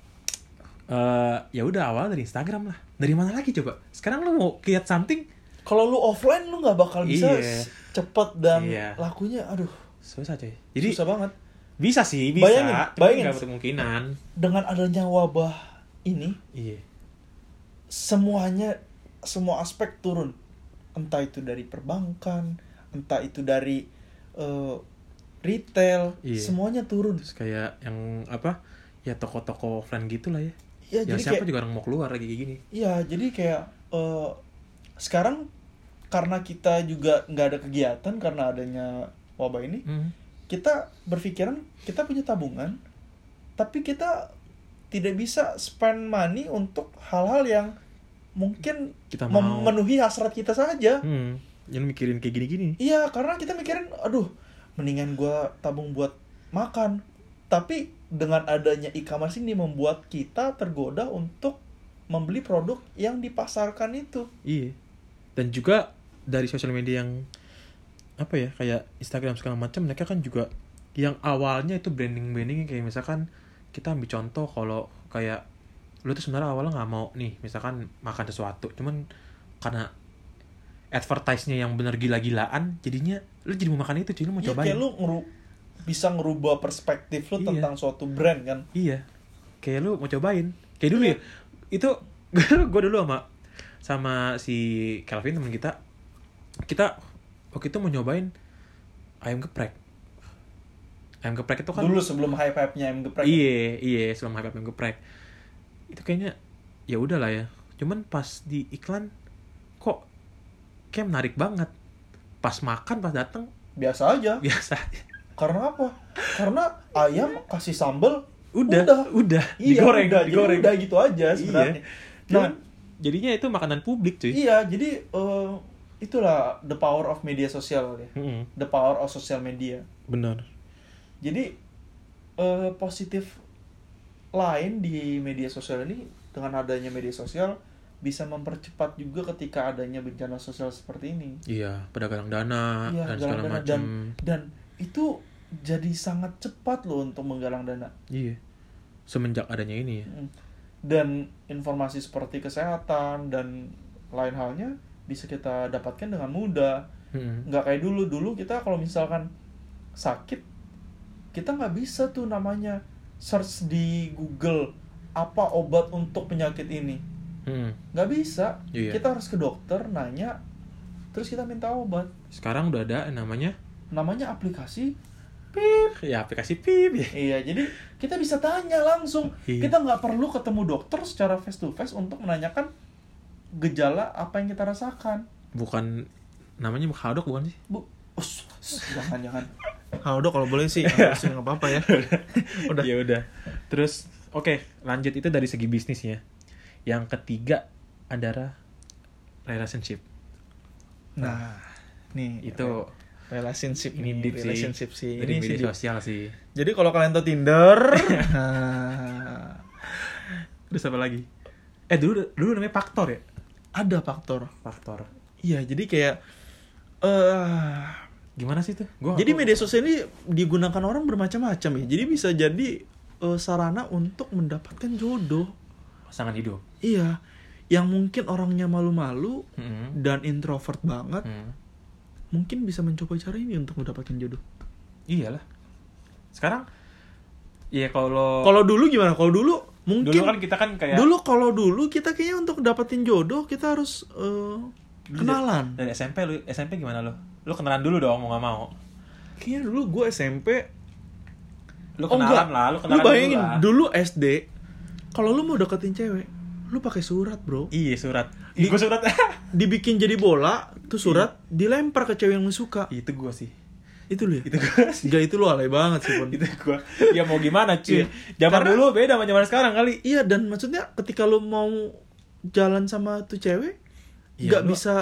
Speaker 1: ya udah awal dari Instagram lah. Dari mana lagi coba? Sekarang lu mau create something,
Speaker 2: kalau lu offline lu nggak bakal bisa cepet dan lakunya aduh
Speaker 1: susah coy. Jadi
Speaker 2: susah banget.
Speaker 1: Bisa sih, bisa.
Speaker 2: Bayangin
Speaker 1: nggak kemungkinan.
Speaker 2: Dengan adanya wabah ini, semua aspek turun. Entah itu dari perbankan, entah itu dari retail, semuanya turun.
Speaker 1: Terus kayak yang apa? Ya toko-toko offline gitulah ya.
Speaker 2: Ya,
Speaker 1: jadi
Speaker 2: jadi
Speaker 1: siapa
Speaker 2: kayak,
Speaker 1: juga orang mau keluar lagi kayak gini.
Speaker 2: Iya, jadi kayak sekarang karena kita juga nggak ada kegiatan karena adanya wabah ini, kita berpikiran kita punya tabungan, tapi kita tidak bisa spend money untuk hal-hal yang mungkin
Speaker 1: kita
Speaker 2: memenuhi hasrat kita saja.
Speaker 1: Yang mikirin kayak gini-gini.
Speaker 2: Iya, karena kita mikirin, aduh, mendingan gue tabung buat makan. Tapi dengan adanya e-commerce ini membuat kita tergoda untuk membeli produk yang dipasarkan itu.
Speaker 1: Iya. Dan juga dari sosial media yang apa ya, kayak Instagram segala macam, mereka kan juga yang awalnya itu branding kayak misalkan kita ambil contoh kalau kayak lu tuh sebenarnya awalnya nggak mau nih misalkan makan sesuatu, cuman karena advertise-nya yang bener gila-gilaan jadinya lu jadi mau makan itu, jadi lu mau cobain.
Speaker 2: Kayak lu bisa ngerubah perspektif lu tentang suatu brand kan.
Speaker 1: Iya, kayak lu mau cobain kayak dulu ya itu gue dulu sama si Kelvin teman kita waktu itu mau nyobain ayam geprek itu kan
Speaker 2: dulu sebelum hype-nya ayam geprek.
Speaker 1: Iya sebelum hype ayam geprek itu kayaknya ya udahlah ya, cuman pas di iklan kok kayak menarik banget. Pas makan, pas dateng
Speaker 2: Biasa aja.
Speaker 1: biasa.
Speaker 2: Karena apa? Karena ayam kasih sambal
Speaker 1: Udah.
Speaker 2: Iya,
Speaker 1: digoreng,
Speaker 2: udah, jadi
Speaker 1: digoreng.
Speaker 2: udah gitu aja sebenarnya.
Speaker 1: Nah, jadinya itu makanan publik, cuy.
Speaker 2: Iya, jadi itulah the power of media sosial ya.
Speaker 1: Mm-mm.
Speaker 2: The power of social media.
Speaker 1: Benar.
Speaker 2: Jadi positif lain di media sosial ini, dengan adanya media sosial bisa mempercepat juga ketika adanya bencana sosial seperti ini.
Speaker 1: Iya, pedagang dana
Speaker 2: Iya,
Speaker 1: dan
Speaker 2: galang
Speaker 1: segala
Speaker 2: dana,
Speaker 1: macam.
Speaker 2: dan itu jadi sangat cepat loh untuk menggalang dana.
Speaker 1: Iya. Semenjak adanya ini ya.
Speaker 2: Dan informasi seperti kesehatan dan lain halnya bisa kita dapatkan dengan mudah. Nggak kayak dulu kita kalau misalkan sakit, kita nggak bisa tuh namanya search di Google apa obat untuk penyakit ini. Nggak bisa.
Speaker 1: Iya.
Speaker 2: Kita harus ke dokter nanya, terus kita minta obat.
Speaker 1: Sekarang udah ada namanya
Speaker 2: Aplikasi
Speaker 1: Pip. Ya, aplikasi Pip ya.
Speaker 2: Iya, jadi kita bisa tanya langsung.
Speaker 1: Iya.
Speaker 2: Kita nggak perlu ketemu dokter secara face to face untuk menanyakan gejala apa yang kita rasakan.
Speaker 1: Bukan namanya Halodoc bukan sih?
Speaker 2: Jangan. Halodoc kalau boleh sih, nggak apa-apa ya. Udah.
Speaker 1: Ya udah. Terus oke, lanjut itu dari segi bisnisnya. Yang ketiga adalah relationship.
Speaker 2: Nah, nih
Speaker 1: Itu
Speaker 2: relationship
Speaker 1: ini deep sih.
Speaker 2: relationship sih.
Speaker 1: Dari
Speaker 2: Ini
Speaker 1: media
Speaker 2: sih
Speaker 1: sosial sih.
Speaker 2: Jadi kalau kalian tahu Tinder,
Speaker 1: Terus apa lagi? Dulu namanya Faktor ya?
Speaker 2: ada faktor.
Speaker 1: Faktor.
Speaker 2: Iya, jadi kayak
Speaker 1: Gimana sih tuh?
Speaker 2: jadi media sosial ini digunakan orang bermacam-macam ya. Jadi bisa jadi sarana untuk mendapatkan jodoh.
Speaker 1: pasangan hidup.
Speaker 2: Iya, yang mungkin orangnya malu-malu
Speaker 1: Mm-hmm.
Speaker 2: dan introvert banget, mungkin bisa mencoba cara ini untuk mendapatkan jodoh.
Speaker 1: Iyalah. Sekarang iya kalau
Speaker 2: Dulu gimana? Kalau dulu mungkin
Speaker 1: dulu kan kita kan kayak
Speaker 2: kalau dulu kita kayaknya untuk dapetin jodoh kita harus kenalan.
Speaker 1: dari SMP gimana lu? Lu kenalan dulu dong, mau gak mau.
Speaker 2: Kayaknya dulu gue SMP.
Speaker 1: Lu kenalan lah, lu kenalan
Speaker 2: Lu bayangin
Speaker 1: dulu lah.
Speaker 2: dulu SD, kalau lu mau deketin cewek, lu pakai surat, bro.
Speaker 1: Iya, surat. Gua surat.
Speaker 2: Dibikin jadi bola, tuh surat dilempar ke cewek yang lu suka.
Speaker 1: Itu gua sih.
Speaker 2: Itu lu ya?
Speaker 1: Itu gua sih.
Speaker 2: Enggak, itu lu alay banget sih, Pon.
Speaker 1: Itu gua. Ya mau gimana, cuy?
Speaker 2: Iya.
Speaker 1: Zaman
Speaker 2: Karena-
Speaker 1: dulu beda sama zaman sekarang kali.
Speaker 2: Iya, dan maksudnya ketika lu mau jalan sama tuh cewek,
Speaker 1: Iya,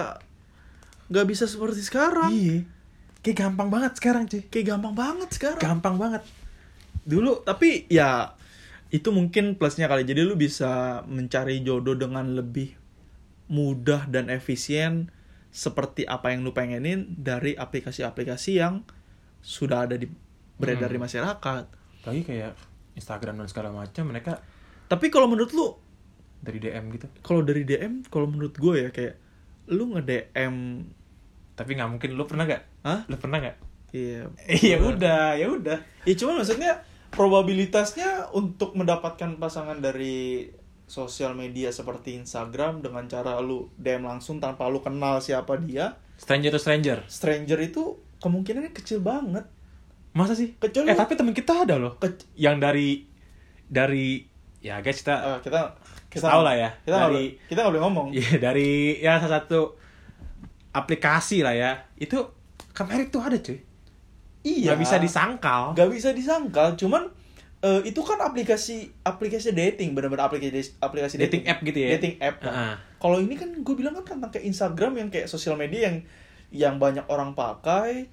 Speaker 2: nggak bisa seperti sekarang.
Speaker 1: Iya. Kayak gampang banget sekarang, cuy.
Speaker 2: Kayak gampang banget sekarang.
Speaker 1: Gampang banget. Dulu
Speaker 2: Tapi ya itu mungkin plusnya kali. Jadi lu bisa mencari jodoh dengan lebih mudah dan efisien seperti apa yang lu pengenin dari aplikasi-aplikasi yang sudah ada beredar di masyarakat.
Speaker 1: lagi kayak Instagram dan segala macam, mereka
Speaker 2: Tapi kalau menurut lu,
Speaker 1: dari DM gitu.
Speaker 2: kalau dari DM, kalau menurut gue ya kayak lu nge-DM,
Speaker 1: Tapi nggak mungkin. Lu pernah nggak?
Speaker 2: hah?
Speaker 1: Lu pernah nggak?
Speaker 2: Iya.
Speaker 1: Ya udah.
Speaker 2: Ya cuman maksudnya probabilitasnya untuk mendapatkan pasangan dari sosial media seperti Instagram dengan cara lu DM langsung tanpa lu kenal siapa dia,
Speaker 1: Stranger to stranger.
Speaker 2: stranger itu kemungkinannya kecil banget.
Speaker 1: Masa sih?
Speaker 2: Kecuali
Speaker 1: Tapi temen kita ada loh. Yang dari ya guys, kita
Speaker 2: kita
Speaker 1: tahu lah ya.
Speaker 2: Kita
Speaker 1: Dari
Speaker 2: nggak boleh ngomong.
Speaker 1: Iya, dari ya salah satu aplikasi lah ya. Itu Kemerik tuh ada, cuy.
Speaker 2: Iya.
Speaker 1: Nggak bisa disangkal.
Speaker 2: Nggak bisa disangkal. Cuman itu kan aplikasi dating, benar-benar aplikasi
Speaker 1: Dating app gitu ya?
Speaker 2: Dating app. Kan.
Speaker 1: Heeh.
Speaker 2: Kalau ini kan gue bilang kan tentang kayak Instagram yang kayak sosial media yang banyak orang pakai.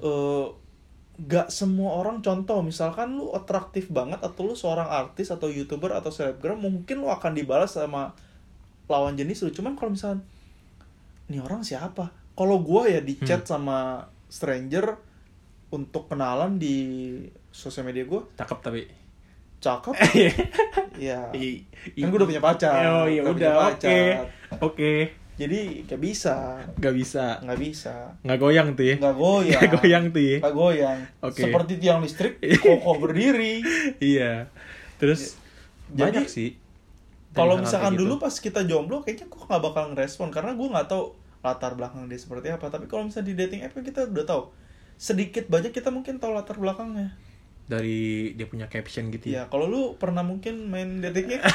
Speaker 2: Gak semua orang, contoh misalkan lu atraktif banget atau lu seorang artis atau YouTuber atau selebgram, mungkin lu akan dibalas sama lawan jenis lu. Cuman kalau misalkan nih orang siapa? Kalau gue ya di chat sama stranger untuk kenalan di sosial media gue,
Speaker 1: Cakep tapi.
Speaker 2: cakep. Ya. Kan gue udah punya pacar.
Speaker 1: Oh iya, udah. Oke.
Speaker 2: Jadi gak bisa.
Speaker 1: Nggak bisa. Nggak goyang tuh ya.
Speaker 2: Nggak goyang.
Speaker 1: Nggak goyang tuh ya.
Speaker 2: Nggak goyang.
Speaker 1: Oke.
Speaker 2: Seperti tiang listrik kokoh berdiri.
Speaker 1: Iya. Terus
Speaker 2: Jadi,
Speaker 1: banyak sih.
Speaker 2: Kalau
Speaker 1: Dari hal-hal
Speaker 2: misalkan
Speaker 1: kayak
Speaker 2: dulu
Speaker 1: gitu.
Speaker 2: pas kita jomblo, kayaknya gue nggak bakal ngerespon karena gue nggak tahu latar belakang dia seperti apa. Tapi kalau misalnya di dating app kan kita udah tahu. Sedikit banyak kita mungkin tahu latar belakangnya.
Speaker 1: dari dia punya caption gitu
Speaker 2: Iya, kalau lu pernah mungkin main dating app?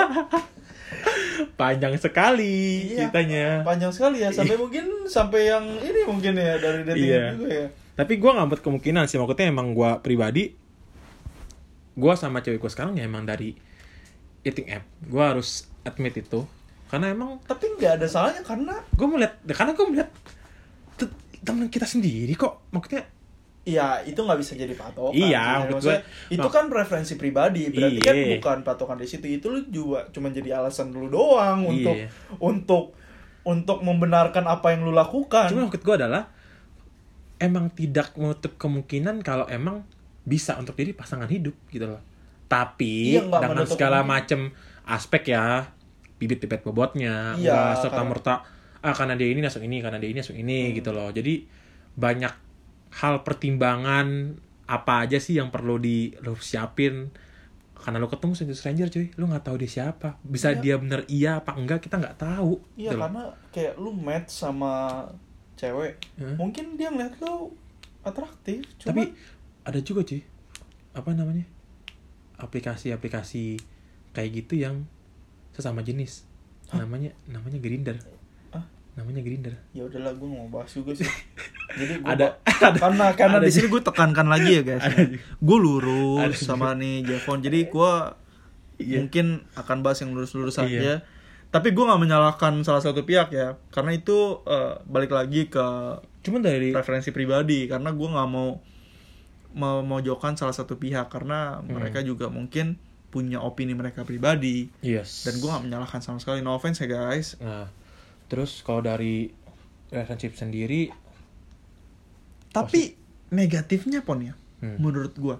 Speaker 1: Panjang sekali
Speaker 2: Iya,
Speaker 1: ceritanya.
Speaker 2: panjang sekali ya, sampai yang ini mungkin ya dari dating
Speaker 1: Iya.
Speaker 2: app juga ya.
Speaker 1: Tapi gue nggak buat kemungkinan sih, maksudnya emang gue pribadi, gue sama cewek gue sekarang ya emang dari dating app. Gue harus admit itu, karena emang
Speaker 2: Tapi nggak ada salahnya karena
Speaker 1: gue melihat teman kita sendiri kok, maksudnya
Speaker 2: ya itu nggak bisa jadi patokan.
Speaker 1: Iya,
Speaker 2: Maksudnya, itu kan preferensi pribadi, berarti kan
Speaker 1: Iya.
Speaker 2: bukan patokan di situ. Itu lu juga cuma jadi alasan lu doang
Speaker 1: Iya.
Speaker 2: untuk membenarkan apa yang lu lakukan.
Speaker 1: cuma maksud gue adalah emang tidak menutup kemungkinan kalau emang bisa untuk jadi pasangan hidup gitu loh. Tapi
Speaker 2: Iya, nggak
Speaker 1: dengan
Speaker 2: menutup
Speaker 1: segala
Speaker 2: kemungkinan.
Speaker 1: macam aspek ya, bibit-bibit bobotnya,
Speaker 2: Iya,
Speaker 1: nggak serta merta karena dia ini masuk ini, karena dia ini masuk ini gitu loh. Jadi banyak hal pertimbangan apa aja sih yang perlu lu siapin, karena lu ketemu stranger cuy, lu nggak tahu dia siapa, bisa
Speaker 2: Iya.
Speaker 1: dia bener iya apa enggak, kita nggak tahu.
Speaker 2: Iya,
Speaker 1: gitu loh.
Speaker 2: karena kayak lu match sama cewek,
Speaker 1: Hah?
Speaker 2: mungkin dia ngeliat lu atraktif, cuma
Speaker 1: Tapi ada juga cuy, apa namanya, aplikasi-aplikasi kayak gitu yang sesama jenis.
Speaker 2: Hah?
Speaker 1: namanya Grindr.
Speaker 2: Hah?
Speaker 1: Namanya Grindr.
Speaker 2: ya udahlah, gue mau bahas juga sih. Jadi gua karena
Speaker 1: ada
Speaker 2: di sini gue tekankan lagi ya guys.
Speaker 1: Ada juga.
Speaker 2: Gue lurus
Speaker 1: Ada
Speaker 2: sama nih Jevon. Jadi gue
Speaker 1: Iya.
Speaker 2: mungkin akan bahas yang lurus-lurus
Speaker 1: Iya.
Speaker 2: aja. Tapi gue nggak menyalahkan salah satu pihak ya, karena itu balik lagi ke
Speaker 1: Cuman dari
Speaker 2: preferensi pribadi. Karena gue nggak mau memojokkan salah satu pihak, karena mereka juga mungkin punya opini mereka pribadi.
Speaker 1: yes.
Speaker 2: Dan gue nggak menyalahkan sama sekali. No offense ya guys.
Speaker 1: Nah, terus kalau dari relationship sendiri,
Speaker 2: Tapi negatifnya Pon ya, menurut gue,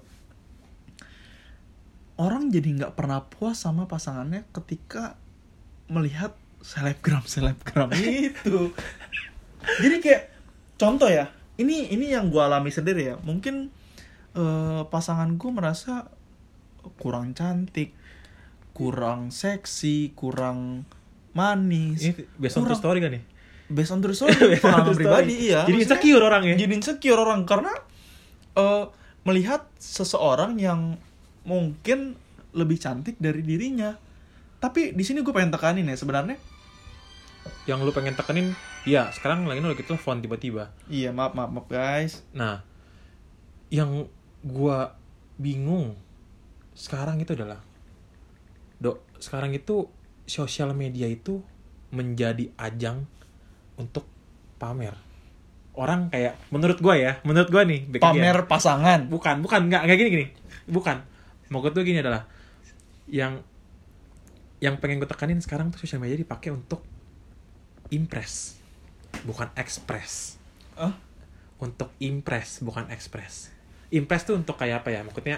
Speaker 2: orang jadi nggak pernah puas sama pasangannya ketika melihat selebgram itu. Jadi kayak contoh ya, ini yang gue alami sendiri ya. Mungkin pasangan gue merasa kurang cantik, kurang seksi, kurang manis.
Speaker 1: ini based on true story kan nih?
Speaker 2: Based on true story, pengalaman pribadi iya.
Speaker 1: Jadi
Speaker 2: Maksudnya,
Speaker 1: insecure orang ya?
Speaker 2: Jadi insecure orang karena melihat seseorang yang mungkin lebih cantik dari dirinya. Tapi di sini gue pengen tekanin ya sebenarnya.
Speaker 1: Yang lu pengen tekenin, ya sekarang lagi lagi telepon tiba-tiba.
Speaker 2: Iya, maaf guys.
Speaker 1: Nah, yang gua bingung sekarang itu adalah, sekarang itu sosial media itu menjadi ajang untuk pamer. Orang kayak menurut gua nih
Speaker 2: Pamer pasangan.
Speaker 1: bukan nggak gini bukan, maksud gue gini adalah yang pengen gue tekanin sekarang tuh sosial media dipakai untuk impress, bukan express. Untuk impress, bukan express. Impress tuh untuk kayak apa ya, maksudnya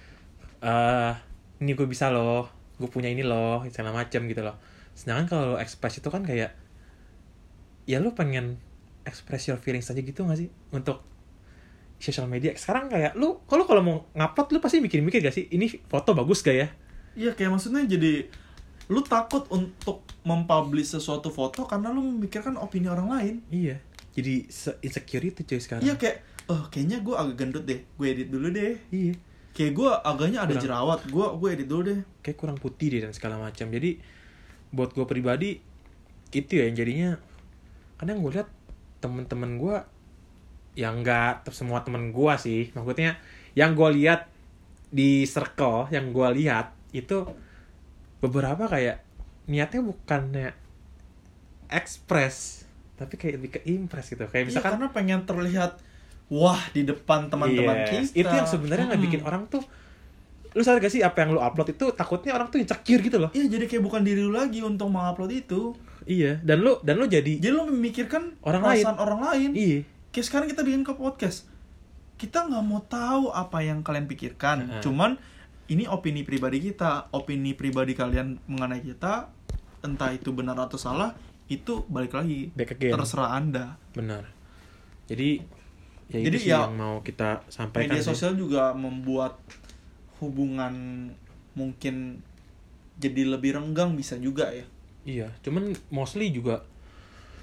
Speaker 1: ini gue bisa loh, gue punya ini loh, segala macam gitu loh. Sedangkan kalau express itu kan kayak ya lu pengen express your feelings aja gitu gak sih untuk sosial media. Sekarang kayak lu kalau mau ngupload lu pasti mikir-mikir gak sih ini foto bagus gak ya?
Speaker 2: Iya, kayak maksudnya jadi lu takut untuk mempublish sesuatu foto karena lu memikirkan opini orang lain.
Speaker 1: Iya. Jadi insecure itu cuy sekarang.
Speaker 2: Iya, kayak kayaknya gue agak gendut deh, gue edit dulu deh.
Speaker 1: Iya.
Speaker 2: Kayak gue agaknya ada
Speaker 1: Kurang.
Speaker 2: jerawat, gue edit dulu deh.
Speaker 1: Kayak kurang putih deh dan segala macam. Jadi buat gue pribadi itu ya yang jadinya kadang gue lihat temen-temen gue yang enggak semua temen gue sih, maksudnya yang gue lihat di circle yang gue lihat itu beberapa kayak niatnya bukannya express tapi kayak lebih ke impress gitu, kayak
Speaker 2: Iya,
Speaker 1: misalkan
Speaker 2: karena pengen terlihat wah di depan teman-teman
Speaker 1: yes,
Speaker 2: kita.
Speaker 1: itu yang sebenarnya nggak bikin orang tuh, lu sadar gak sih apa yang lu upload itu takutnya orang tuh insecure gitu loh.
Speaker 2: Iya, jadi kayak bukan diri lu lagi untuk mengupload itu.
Speaker 1: Iya, dan lu jadi
Speaker 2: Jadi lu memikirkan
Speaker 1: Orang
Speaker 2: perasaan orang lain.
Speaker 1: iya.
Speaker 2: Kayak sekarang kita bikin ke podcast, kita nggak mau tahu apa yang kalian pikirkan. Cuman ini opini pribadi kita, opini pribadi kalian mengenai kita, entah itu benar atau salah, itu balik lagi
Speaker 1: Back again.
Speaker 2: terserah Anda.
Speaker 1: Benar. Jadi ya
Speaker 2: Jadi
Speaker 1: itu sih
Speaker 2: ya,
Speaker 1: yang mau kita sampaikan.
Speaker 2: Media
Speaker 1: sih.
Speaker 2: sosial juga membuat hubungan mungkin jadi lebih renggang, bisa juga ya.
Speaker 1: Iya, cuman mostly juga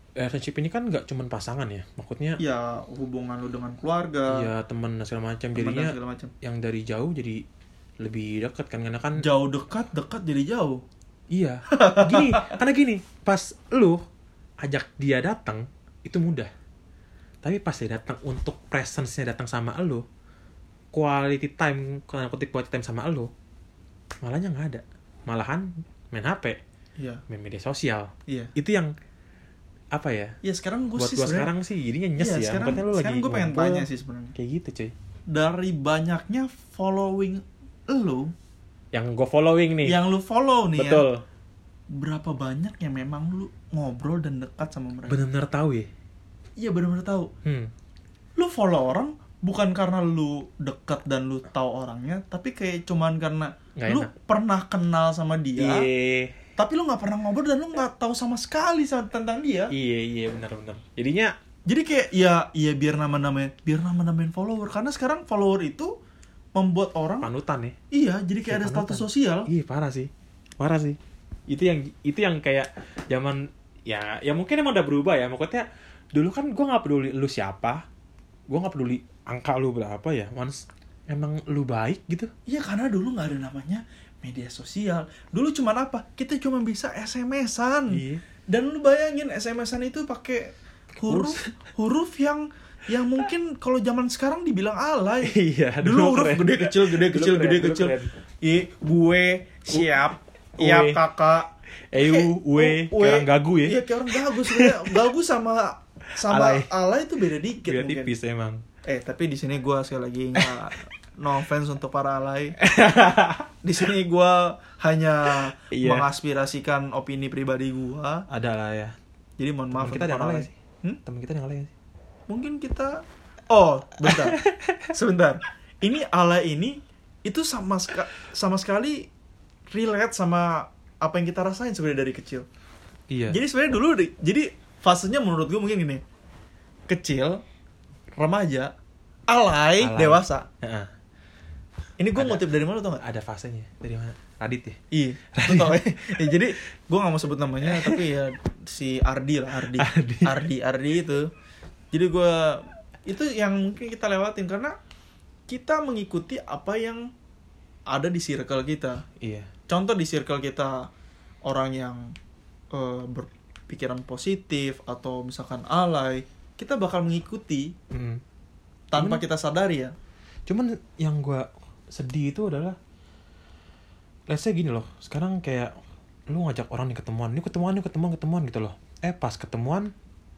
Speaker 1: relationship ini kan nggak cuman pasangan ya, maksudnya
Speaker 2: Ya hubungan lu dengan keluarga,
Speaker 1: ya teman dan segala macam,
Speaker 2: teman
Speaker 1: jadinya
Speaker 2: dan segala macam.
Speaker 1: yang dari jauh jadi lebih dekat kan, karena kan
Speaker 2: Jauh dekat jadi jauh.
Speaker 1: iya karena gini, pas lu ajak dia datang itu mudah, tapi pas dia datang untuk presence-nya datang sama lu, quality time sama lu, malahnya nggak ada, malahan main HP,
Speaker 2: Iya.
Speaker 1: main media sosial.
Speaker 2: Iya.
Speaker 1: Itu yang apa ya,
Speaker 2: Ya sekarang gue
Speaker 1: buat
Speaker 2: sih
Speaker 1: gua
Speaker 2: sebenarnya-
Speaker 1: sekarang sih jadinya nyes
Speaker 2: Iya,
Speaker 1: ya.
Speaker 2: sekarang
Speaker 1: Pokoknya lu lagi
Speaker 2: gue pengen
Speaker 1: ngumpul,
Speaker 2: tanya sih sebenarnya.
Speaker 1: kayak gitu cuy.
Speaker 2: Dari banyaknya following lu,
Speaker 1: Yang gue following nih.
Speaker 2: yang lu follow nih
Speaker 1: Betul.
Speaker 2: ya, berapa banyak yang memang lu ngobrol dan dekat sama mereka?
Speaker 1: Bener-bener tahu ya.
Speaker 2: Iya benar-benar tahu.
Speaker 1: Hmm.
Speaker 2: Lu follow orang bukan karena lu dekat dan lu tahu orangnya, tapi kayak cuman karena
Speaker 1: Nggak
Speaker 2: lu
Speaker 1: enak.
Speaker 2: pernah kenal sama dia,
Speaker 1: Iya.
Speaker 2: tapi lu nggak pernah ngobrol dan lu nggak tahu sama sekali tentang dia.
Speaker 1: Iya benar-benar. Jadinya
Speaker 2: Jadi kayak ya biar nama-namain follower, karena sekarang follower itu membuat orang
Speaker 1: panutan ya.
Speaker 2: iya jadi kayak ada
Speaker 1: Kayak
Speaker 2: status
Speaker 1: panutan.
Speaker 2: sosial.
Speaker 1: Iya parah sih. Itu yang kayak zaman ya mungkin emang udah berubah ya. Maksudnya dulu kan gue nggak peduli lu siapa, gue nggak peduli angka lu berapa ya. Once emang lu baik gitu.
Speaker 2: Iya karena dulu nggak ada namanya media sosial. Dulu cuman apa? Kita cuma bisa SMS-an.
Speaker 1: Iya.
Speaker 2: Dan lu bayangin SMS-an itu pakai huruf yang mungkin kalau zaman sekarang dibilang alay.
Speaker 1: Iya.
Speaker 2: Dulu huruf
Speaker 1: keren.
Speaker 2: gede kecil
Speaker 1: Dulu keren.
Speaker 2: Gue siap. Iya
Speaker 1: Ue.
Speaker 2: kakak.
Speaker 1: Ue, kayak orang gagu ya.
Speaker 2: Iya kayak orang gagu sebenarnya. Gagu sama
Speaker 1: Alay.
Speaker 2: alay itu beda dikit
Speaker 1: Beda
Speaker 2: mungkin.
Speaker 1: tipis emang.
Speaker 2: Tapi di sini gue sekali lagi nggak no offense untuk para alay. Di sini gue hanya
Speaker 1: Iya.
Speaker 2: mengaspirasikan opini pribadi gue.
Speaker 1: Ada lah ya.
Speaker 2: Jadi mohon maaf
Speaker 1: Temen kita ada yang
Speaker 2: para
Speaker 1: alay
Speaker 2: alay.
Speaker 1: sih. Temen kita ada yang alay sih.
Speaker 2: Mungkin kita bentar. Sebentar. Ini alay ini itu sama sekali relate sama apa yang kita rasain sebenarnya dari kecil.
Speaker 1: Iya.
Speaker 2: Jadi sebenarnya dulu jadi fasenya menurut gue mungkin gini. Kecil, remaja, alay. Dewasa.
Speaker 1: Heeh.
Speaker 2: Ini gue
Speaker 1: Ada.
Speaker 2: ngutip dari mana tau gak?
Speaker 1: Ada fasenya. Dari mana? Radit ya?
Speaker 2: Iya, lu tau ya. Jadi gue gak mau sebut namanya, tapi ya si Ardi lah, Ardi itu. Jadi gue itu yang mungkin kita lewatin karena kita mengikuti apa yang ada di circle kita.
Speaker 1: Iya.
Speaker 2: Contoh di circle kita orang yang berpikiran positif atau misalkan alay, kita bakal mengikuti tanpa kita sadari ya.
Speaker 1: Cuman yang gue sedih itu adalah, let's say gini loh, sekarang kayak lu ngajak orang nih ketemuan gitu loh. Pas ketemuan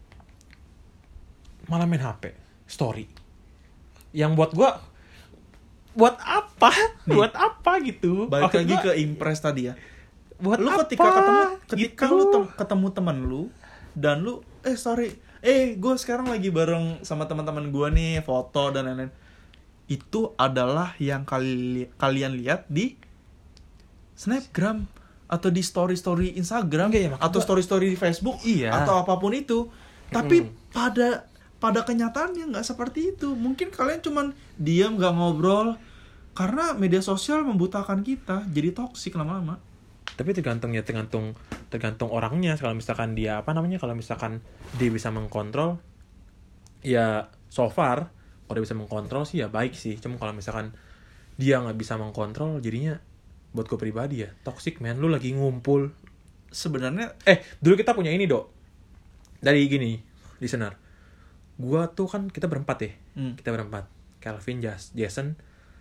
Speaker 1: malah main HP, story. Yang buat gue, buat apa?
Speaker 2: Nih,
Speaker 1: buat apa gitu?
Speaker 2: Balik
Speaker 1: Maksud
Speaker 2: lagi
Speaker 1: gua,
Speaker 2: ke impress tadi ya.
Speaker 1: buat
Speaker 2: Lu
Speaker 1: apa?
Speaker 2: ketika
Speaker 1: gitu.
Speaker 2: lu ketemu teman lu dan lu gue sekarang lagi bareng sama teman-teman gue nih, foto dan lain-lain. Itu adalah yang kalian lihat di Snapgram atau di story Instagram.
Speaker 1: Enggak ya, maksud
Speaker 2: atau
Speaker 1: gua-
Speaker 2: story di Facebook.
Speaker 1: Iya.
Speaker 2: Atau apapun itu. Tapi pada kenyataannya nggak seperti itu. Mungkin kalian cuman diam nggak ngobrol karena media sosial membutakan kita jadi toksik lama-lama.
Speaker 1: Tapi tergantung orangnya. Kalau misalkan dia kalau misalkan dia bisa mengkontrol, ya so far kalau dia bisa mengkontrol sih ya baik sih. Cuma kalau misalkan dia nggak bisa mengkontrol, jadinya buat gue pribadi ya toxic man. Lu lagi ngumpul.
Speaker 2: Sebenarnya
Speaker 1: Dulu kita punya ini Dok, dari gini listener, gua tuh kan kita berempat ya. Kita berempat, Calvin, Jason,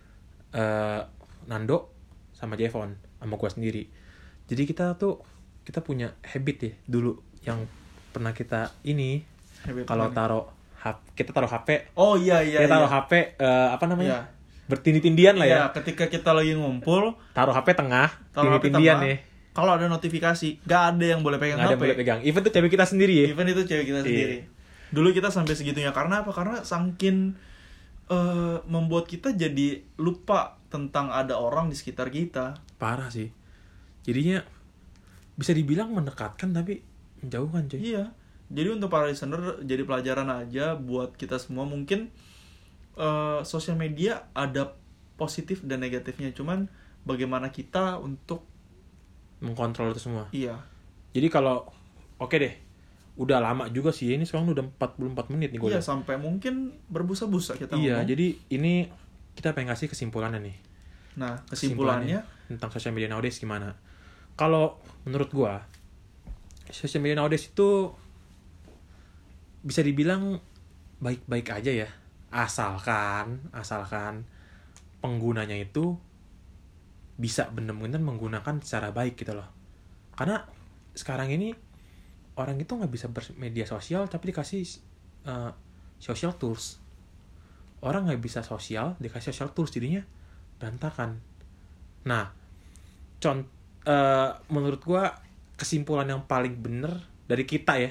Speaker 1: Nando sama Jevon sama gua sendiri. Jadi kita punya habit ya dulu yang pernah kita ini, kalau kita taruh HP.
Speaker 2: Oh iya.
Speaker 1: Kita taruh HP
Speaker 2: Iya.
Speaker 1: bertindih-tindian lah ya.
Speaker 2: Ya, ketika kita lagi ngumpul,
Speaker 1: Taruh HP tengah,
Speaker 2: taruh HP
Speaker 1: tindih-tindian
Speaker 2: tengah.
Speaker 1: ya.
Speaker 2: Kalau ada notifikasi, gak ada yang boleh pegang
Speaker 1: Nggak ada
Speaker 2: HP.
Speaker 1: yang boleh pegang. Even tuh cewek kita sendiri ya.
Speaker 2: Even itu cewek kita sendiri. Dulu kita sampai segitunya karena apa? Karena saking membuat kita jadi lupa tentang ada orang di sekitar kita.
Speaker 1: Parah sih. Jadinya bisa dibilang mendekatkan tapi menjauhkan cuy.
Speaker 2: Iya. Jadi untuk para listener jadi pelajaran aja buat kita semua. Mungkin sosial media ada positif dan negatifnya. Cuman bagaimana kita untuk
Speaker 1: Mengkontrol itu semua.
Speaker 2: iya.
Speaker 1: Jadi kalau oke deh, udah lama juga sih. Ini sekarang udah 44 menit nih gue.
Speaker 2: Iya, sampai mungkin berbusa-busa kita
Speaker 1: Iya,
Speaker 2: ngomong.
Speaker 1: jadi ini kita pengen kasih kesimpulannya nih.
Speaker 2: Nah, kesimpulannya
Speaker 1: tentang social media nowadays gimana? Kalau menurut gua, social media nowadays itu bisa dibilang baik-baik aja ya, asalkan penggunanya itu bisa benar-benar menggunakan secara baik gitu loh. Karena sekarang ini orang itu nggak bisa bermedia sosial tapi dikasih social tools. Orang nggak bisa sosial dikasih social tools, jadinya berantakan. Nah, menurut gua kesimpulan yang paling bener dari kita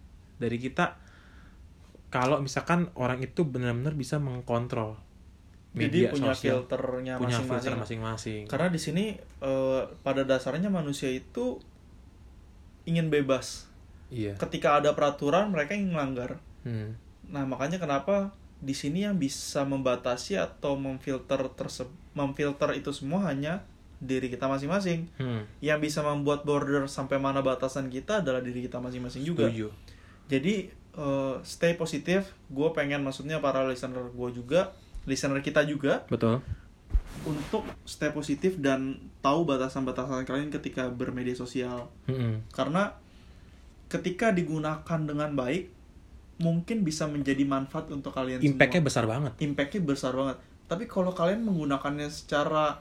Speaker 1: kalau misalkan orang itu benar-benar bisa mengkontrol media
Speaker 2: jadi punya
Speaker 1: sosial,
Speaker 2: filternya
Speaker 1: punya
Speaker 2: masing-masing.
Speaker 1: filter masing-masing.
Speaker 2: Karena di sini pada dasarnya manusia itu ingin bebas.
Speaker 1: Iya.
Speaker 2: Ketika ada peraturan mereka ingin melanggar.
Speaker 1: Hmm.
Speaker 2: Nah, makanya kenapa di sini yang bisa membatasi atau memfilter itu semua hanya diri kita masing-masing. Yang bisa membuat border sampai mana batasan kita adalah diri kita masing-masing juga.
Speaker 1: Setuju.
Speaker 2: Jadi stay positif. Gue pengen, maksudnya para listener gue juga, listener kita juga,
Speaker 1: Betul.
Speaker 2: untuk stay positif dan tahu batasan-batasan kalian ketika bermedia sosial. Karena ketika digunakan dengan baik, mungkin bisa menjadi manfaat untuk kalian
Speaker 1: Impact-nya
Speaker 2: semua.
Speaker 1: besar banget.
Speaker 2: Impact-nya besar banget. Tapi kalau kalian menggunakannya secara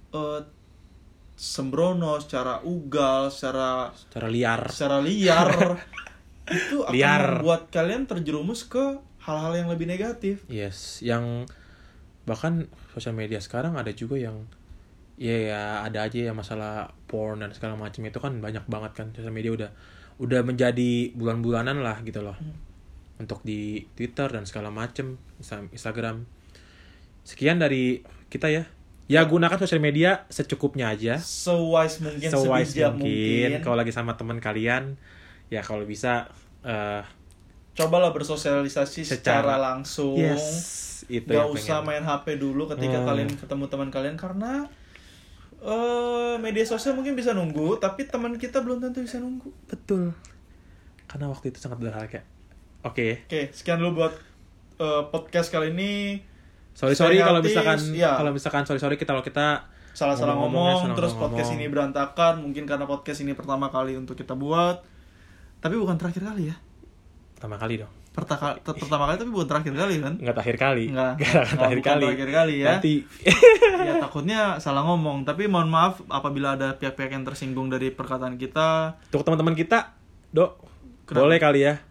Speaker 2: sembrono, secara ugal, secara
Speaker 1: liar.
Speaker 2: itu akan
Speaker 1: Liar.
Speaker 2: membuat kalian terjerumus ke hal-hal yang lebih negatif.
Speaker 1: Yes, yang bahkan sosial media sekarang ada juga yang ya ada aja ya masalah porn dan segala macam, itu kan banyak banget kan. Sosial media udah menjadi bulan-bulanan lah gitu loh. Untuk di Twitter dan segala macam, Instagram. Sekian dari kita ya. Ya, gunakan sosial media secukupnya aja.
Speaker 2: Sewise mungkin,
Speaker 1: Sewise
Speaker 2: sebijak
Speaker 1: mungkin. Kalau lagi sama teman kalian, ya kalau bisa
Speaker 2: cobalah bersosialisasi secara langsung.
Speaker 1: Yes, itu
Speaker 2: Gak
Speaker 1: yang
Speaker 2: usah
Speaker 1: pengen.
Speaker 2: main HP dulu ketika kalian ketemu teman kalian, karena media sosial mungkin bisa nunggu, tapi teman kita belum tentu bisa nunggu.
Speaker 1: Betul. Karena waktu itu sangat berharga. Oke,
Speaker 2: sekian dulu buat podcast kali ini.
Speaker 1: sorry kalau misalkan sorry kita
Speaker 2: salah-salah ngomong,
Speaker 1: salah
Speaker 2: terus
Speaker 1: ngomong.
Speaker 2: podcast ini berantakan, mungkin karena podcast ini pertama kali untuk kita buat. Tapi bukan terakhir kali ya.
Speaker 1: Pertama kali dong.
Speaker 2: Pertama kali tapi bukan terakhir kali kan?
Speaker 1: Enggak terakhir kali.
Speaker 2: Enggak
Speaker 1: terakhir kali.
Speaker 2: Terakhir kali ya.
Speaker 1: Nanti
Speaker 2: Ya takutnya salah ngomong, tapi mohon maaf apabila ada pihak-pihak yang tersinggung dari perkataan kita.
Speaker 1: untuk teman-teman kita,
Speaker 2: Kenapa?
Speaker 1: boleh kali ya.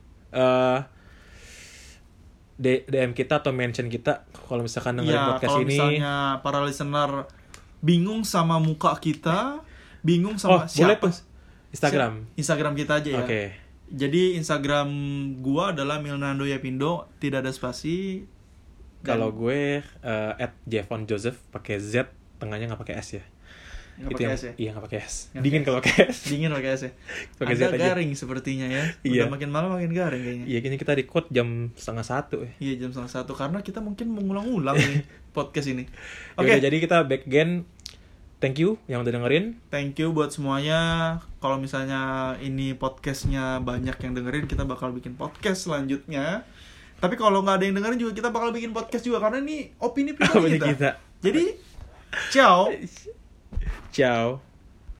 Speaker 1: DM kita atau mention kita kalau misalkan dengerin podcast
Speaker 2: kalau
Speaker 1: ini.
Speaker 2: misalnya para listener bingung sama muka kita, bingung sama
Speaker 1: boleh
Speaker 2: siapa.
Speaker 1: tuh Instagram.
Speaker 2: Instagram kita aja ya.
Speaker 1: Oke.
Speaker 2: Jadi Instagram gua adalah Milnando Yapindo, tidak ada spasi.
Speaker 1: Kalau gue @jevonjoseph pakai Z, tengahnya nggak pakai S ya.
Speaker 2: Nggak
Speaker 1: Itu
Speaker 2: pakai
Speaker 1: yang-
Speaker 2: S ya?
Speaker 1: Iya, nggak pakai S.
Speaker 2: Nggak
Speaker 1: Dingin
Speaker 2: pakai
Speaker 1: kalau pakai S.
Speaker 2: Dingin pakai S ya.
Speaker 1: Pakai Z
Speaker 2: Anda
Speaker 1: aja.
Speaker 2: garing sepertinya ya.
Speaker 1: Iya.
Speaker 2: Udah makin malam makin garing kayaknya.
Speaker 1: Iya, kini kita record jam 12:30 ya.
Speaker 2: Iya, jam 1:30 karena kita mungkin mengulang-ulang nih podcast ini. Oke.
Speaker 1: Oke, jadi kita back again. Thank you yang udah dengerin.
Speaker 2: Thank you buat semuanya. Kalau misalnya ini podcastnya banyak yang dengerin, kita bakal bikin podcast selanjutnya. Tapi kalau nggak ada yang dengerin juga, kita bakal bikin podcast juga, karena ini opini pribadi
Speaker 1: Opini
Speaker 2: kita.
Speaker 1: kita.
Speaker 2: Jadi, ciao.
Speaker 1: Ciao.